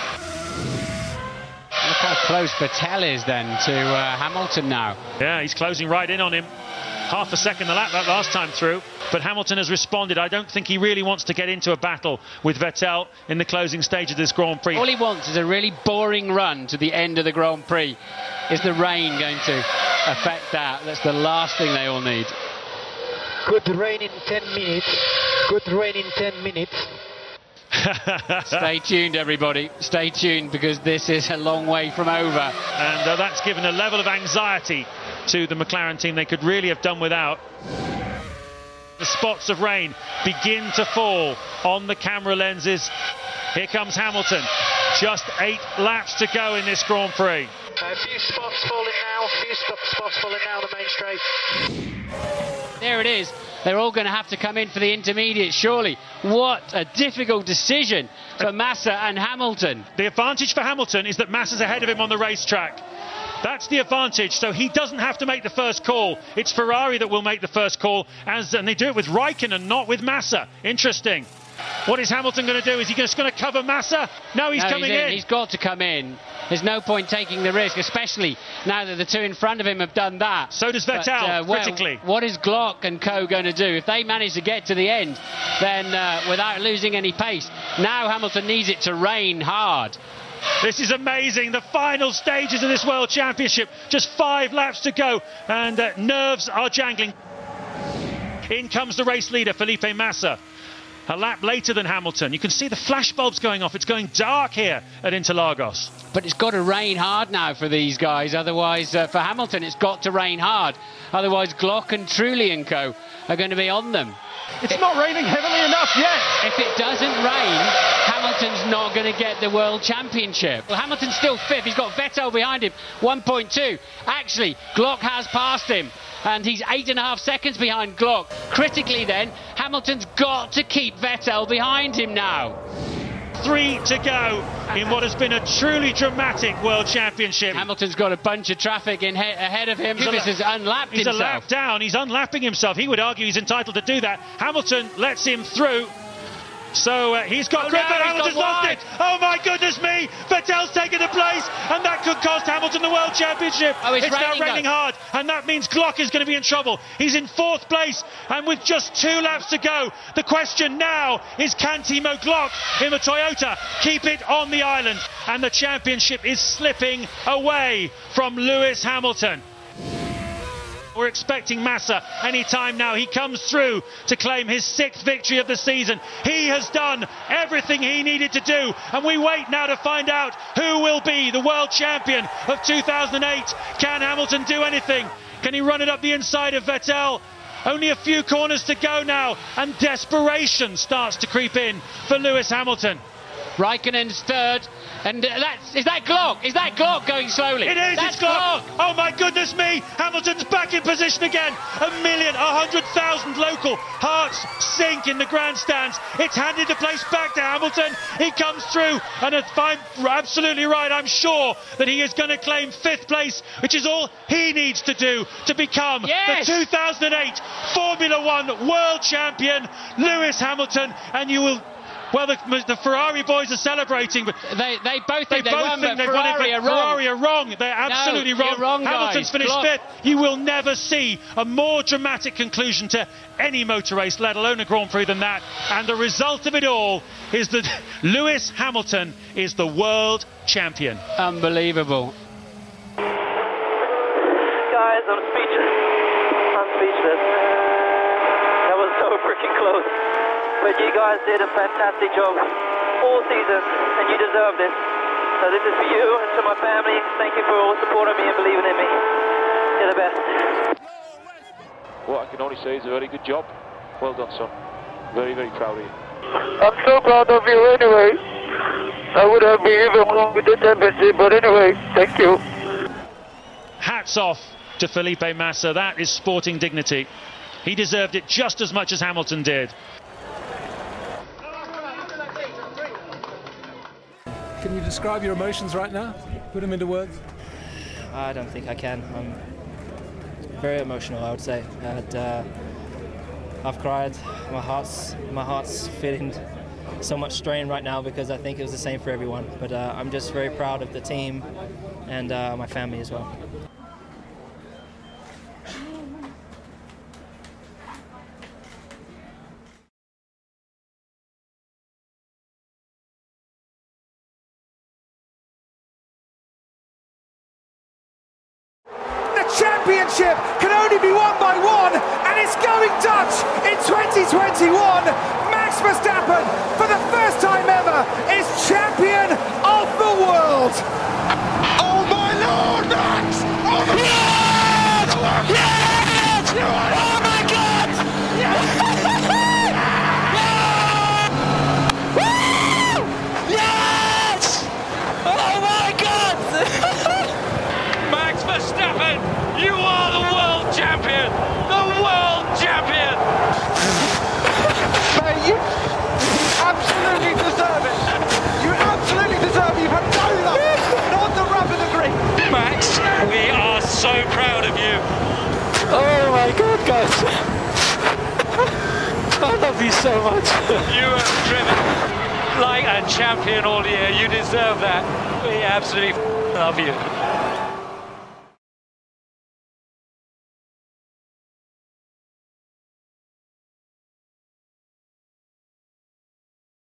Look how close Vettel is then to uh, Hamilton now. Yeah, he's closing right in on him. Half a second the lap that last time through. But Hamilton has responded. I don't think he really wants to get into a battle with Vettel in the closing stage of this Grand Prix. All he wants is a really boring run to the end of the Grand Prix. Is the rain going to affect that? That's the last thing they all need. Good rain in ten minutes. Good rain in ten minutes. Stay tuned, everybody. Stay tuned, because this is a long way from over. And uh, that's given a level of anxiety to the McLaren team they could really have done without. The spots of rain begin to fall on the camera lenses. Here comes Hamilton. Just eight laps to go in this Grand Prix. A few spots falling now. A few stop spots falling now on the main straight. There it is. They're all going to have to come in for the intermediate, surely. What a difficult decision for Massa and Hamilton. The advantage for Hamilton is that Massa's ahead of him on the racetrack. That's the advantage, so he doesn't have to make the first call. It's Ferrari that will make the first call, as, and they do it with Raikkonen, not with Massa. Interesting. What is Hamilton going to do? Is he just going to cover Massa? No, he's No, coming he's in. in. He's got to come in. There's no point taking the risk, especially now that the two in front of him have done that. So does Vettel, but, uh, well, critically. What is Glock and co going to do? If they manage to get to the end, then uh, without losing any pace, now Hamilton needs it to rain hard. This is amazing. The final stages of this World Championship. Just five laps to go, and uh, nerves are jangling. In comes the race leader, Felipe Massa. A lap later than Hamilton. You can see the flash bulbs going off. It's going dark here at Interlagos. But it's got to rain hard now for these guys. Otherwise, uh, for Hamilton, it's got to rain hard. Otherwise, Glock and Trulli and co are going to be on them. It's not raining heavily enough yet. If it doesn't rain, Hamilton's not going to get the World Championship. Well, Hamilton's still fifth. He's got Vettel behind him, one point two. Actually, Glock has passed him, and he's eight and a half seconds behind Glock. Critically then, Hamilton's got to keep Vettel behind him now. Three to go in what has been a truly dramatic World Championship. Hamilton's got a bunch of traffic in he ahead of him. This has unlapped he's himself. He's a lap down. He's unlapping himself. He would argue he's entitled to do that. Hamilton lets him through. So uh, he's got oh, grip, no, and Hamilton's lost wide. it. Oh my goodness me! Vettel's taken the place, and that could cost Hamilton the World Championship. Oh, it's it's raining, now raining though. hard, and that means Glock is going to be in trouble. He's in fourth place, and with just two laps to go, the question now is, can Timo Glock in the Toyota keep it on the island? And the championship is slipping away from Lewis Hamilton. We're expecting Massa any time now. He comes through to claim his sixth victory of the season. He has done everything he needed to do, and we wait now to find out who will be the world champion of two thousand eight. Can Hamilton do anything? Can he run it up the inside of Vettel? Only a few corners to go now, and desperation starts to creep in for Lewis Hamilton. Raikkonen's third, and uh, that's, is that Glock? Is that Glock going slowly? It is, that's it's Glock. Oh my goodness me, Hamilton's back in position again. A million, a hundred thousand local hearts sink in the grandstands. It's handed the place back to Hamilton. He comes through, and if I'm absolutely right, I'm sure that he is going to claim fifth place, which is all he needs to do to become yes. the two thousand eight Formula One World Champion, Lewis Hamilton, and you will... Well, the, the Ferrari boys are celebrating, but they they both think they, they both won, think but they've Ferrari won it, are but wrong. Ferrari are wrong. They're absolutely no, wrong. You're wrong. Hamilton's Guys. finished Glock. fifth. You will never see a more dramatic conclusion to any motor race, let alone a Grand Prix, than that. And the result of it all is that Lewis Hamilton is the world champion. Unbelievable. Guys, I'm speechless. I'm speechless. That was so freaking close. But you guys did a fantastic job all season, and you deserve this. So this is for you and to my family. Thank you for all supporting me and believing in me. You're the best. What I can only say is a very good job. Well done, son. Very, very proud of you. I'm so proud of you anyway. I would have been even wrong with the championship, but anyway, thank you. Hats off to Felipe Massa. That is sporting dignity. He deserved it just as much as Hamilton did. Can you describe your emotions right now? Put them into words. I don't think I can. I'm very emotional, I would say. And, uh, I've cried. My heart's my heart's feeling so much strain right now because I think it was the same for everyone. But uh, I'm just very proud of the team and uh, my family as well. Championship can only be won by one, and it's going Dutch in twenty twenty-one. Max Verstappen, for the first time ever, is champion of the world. Oh my Lord, Max! Oh my yes! God! Yes! Oh my God! Yes! Yes! Oh my God! Max Verstappen, you are the world champion! The world champion! Mate, you absolutely deserve it! You absolutely deserve it! You've had no luck! Not the rub of the green! Max, we are so proud of you! Oh my God, guys! I love you so much! You have driven like a champion all year. You deserve that. We absolutely Love you.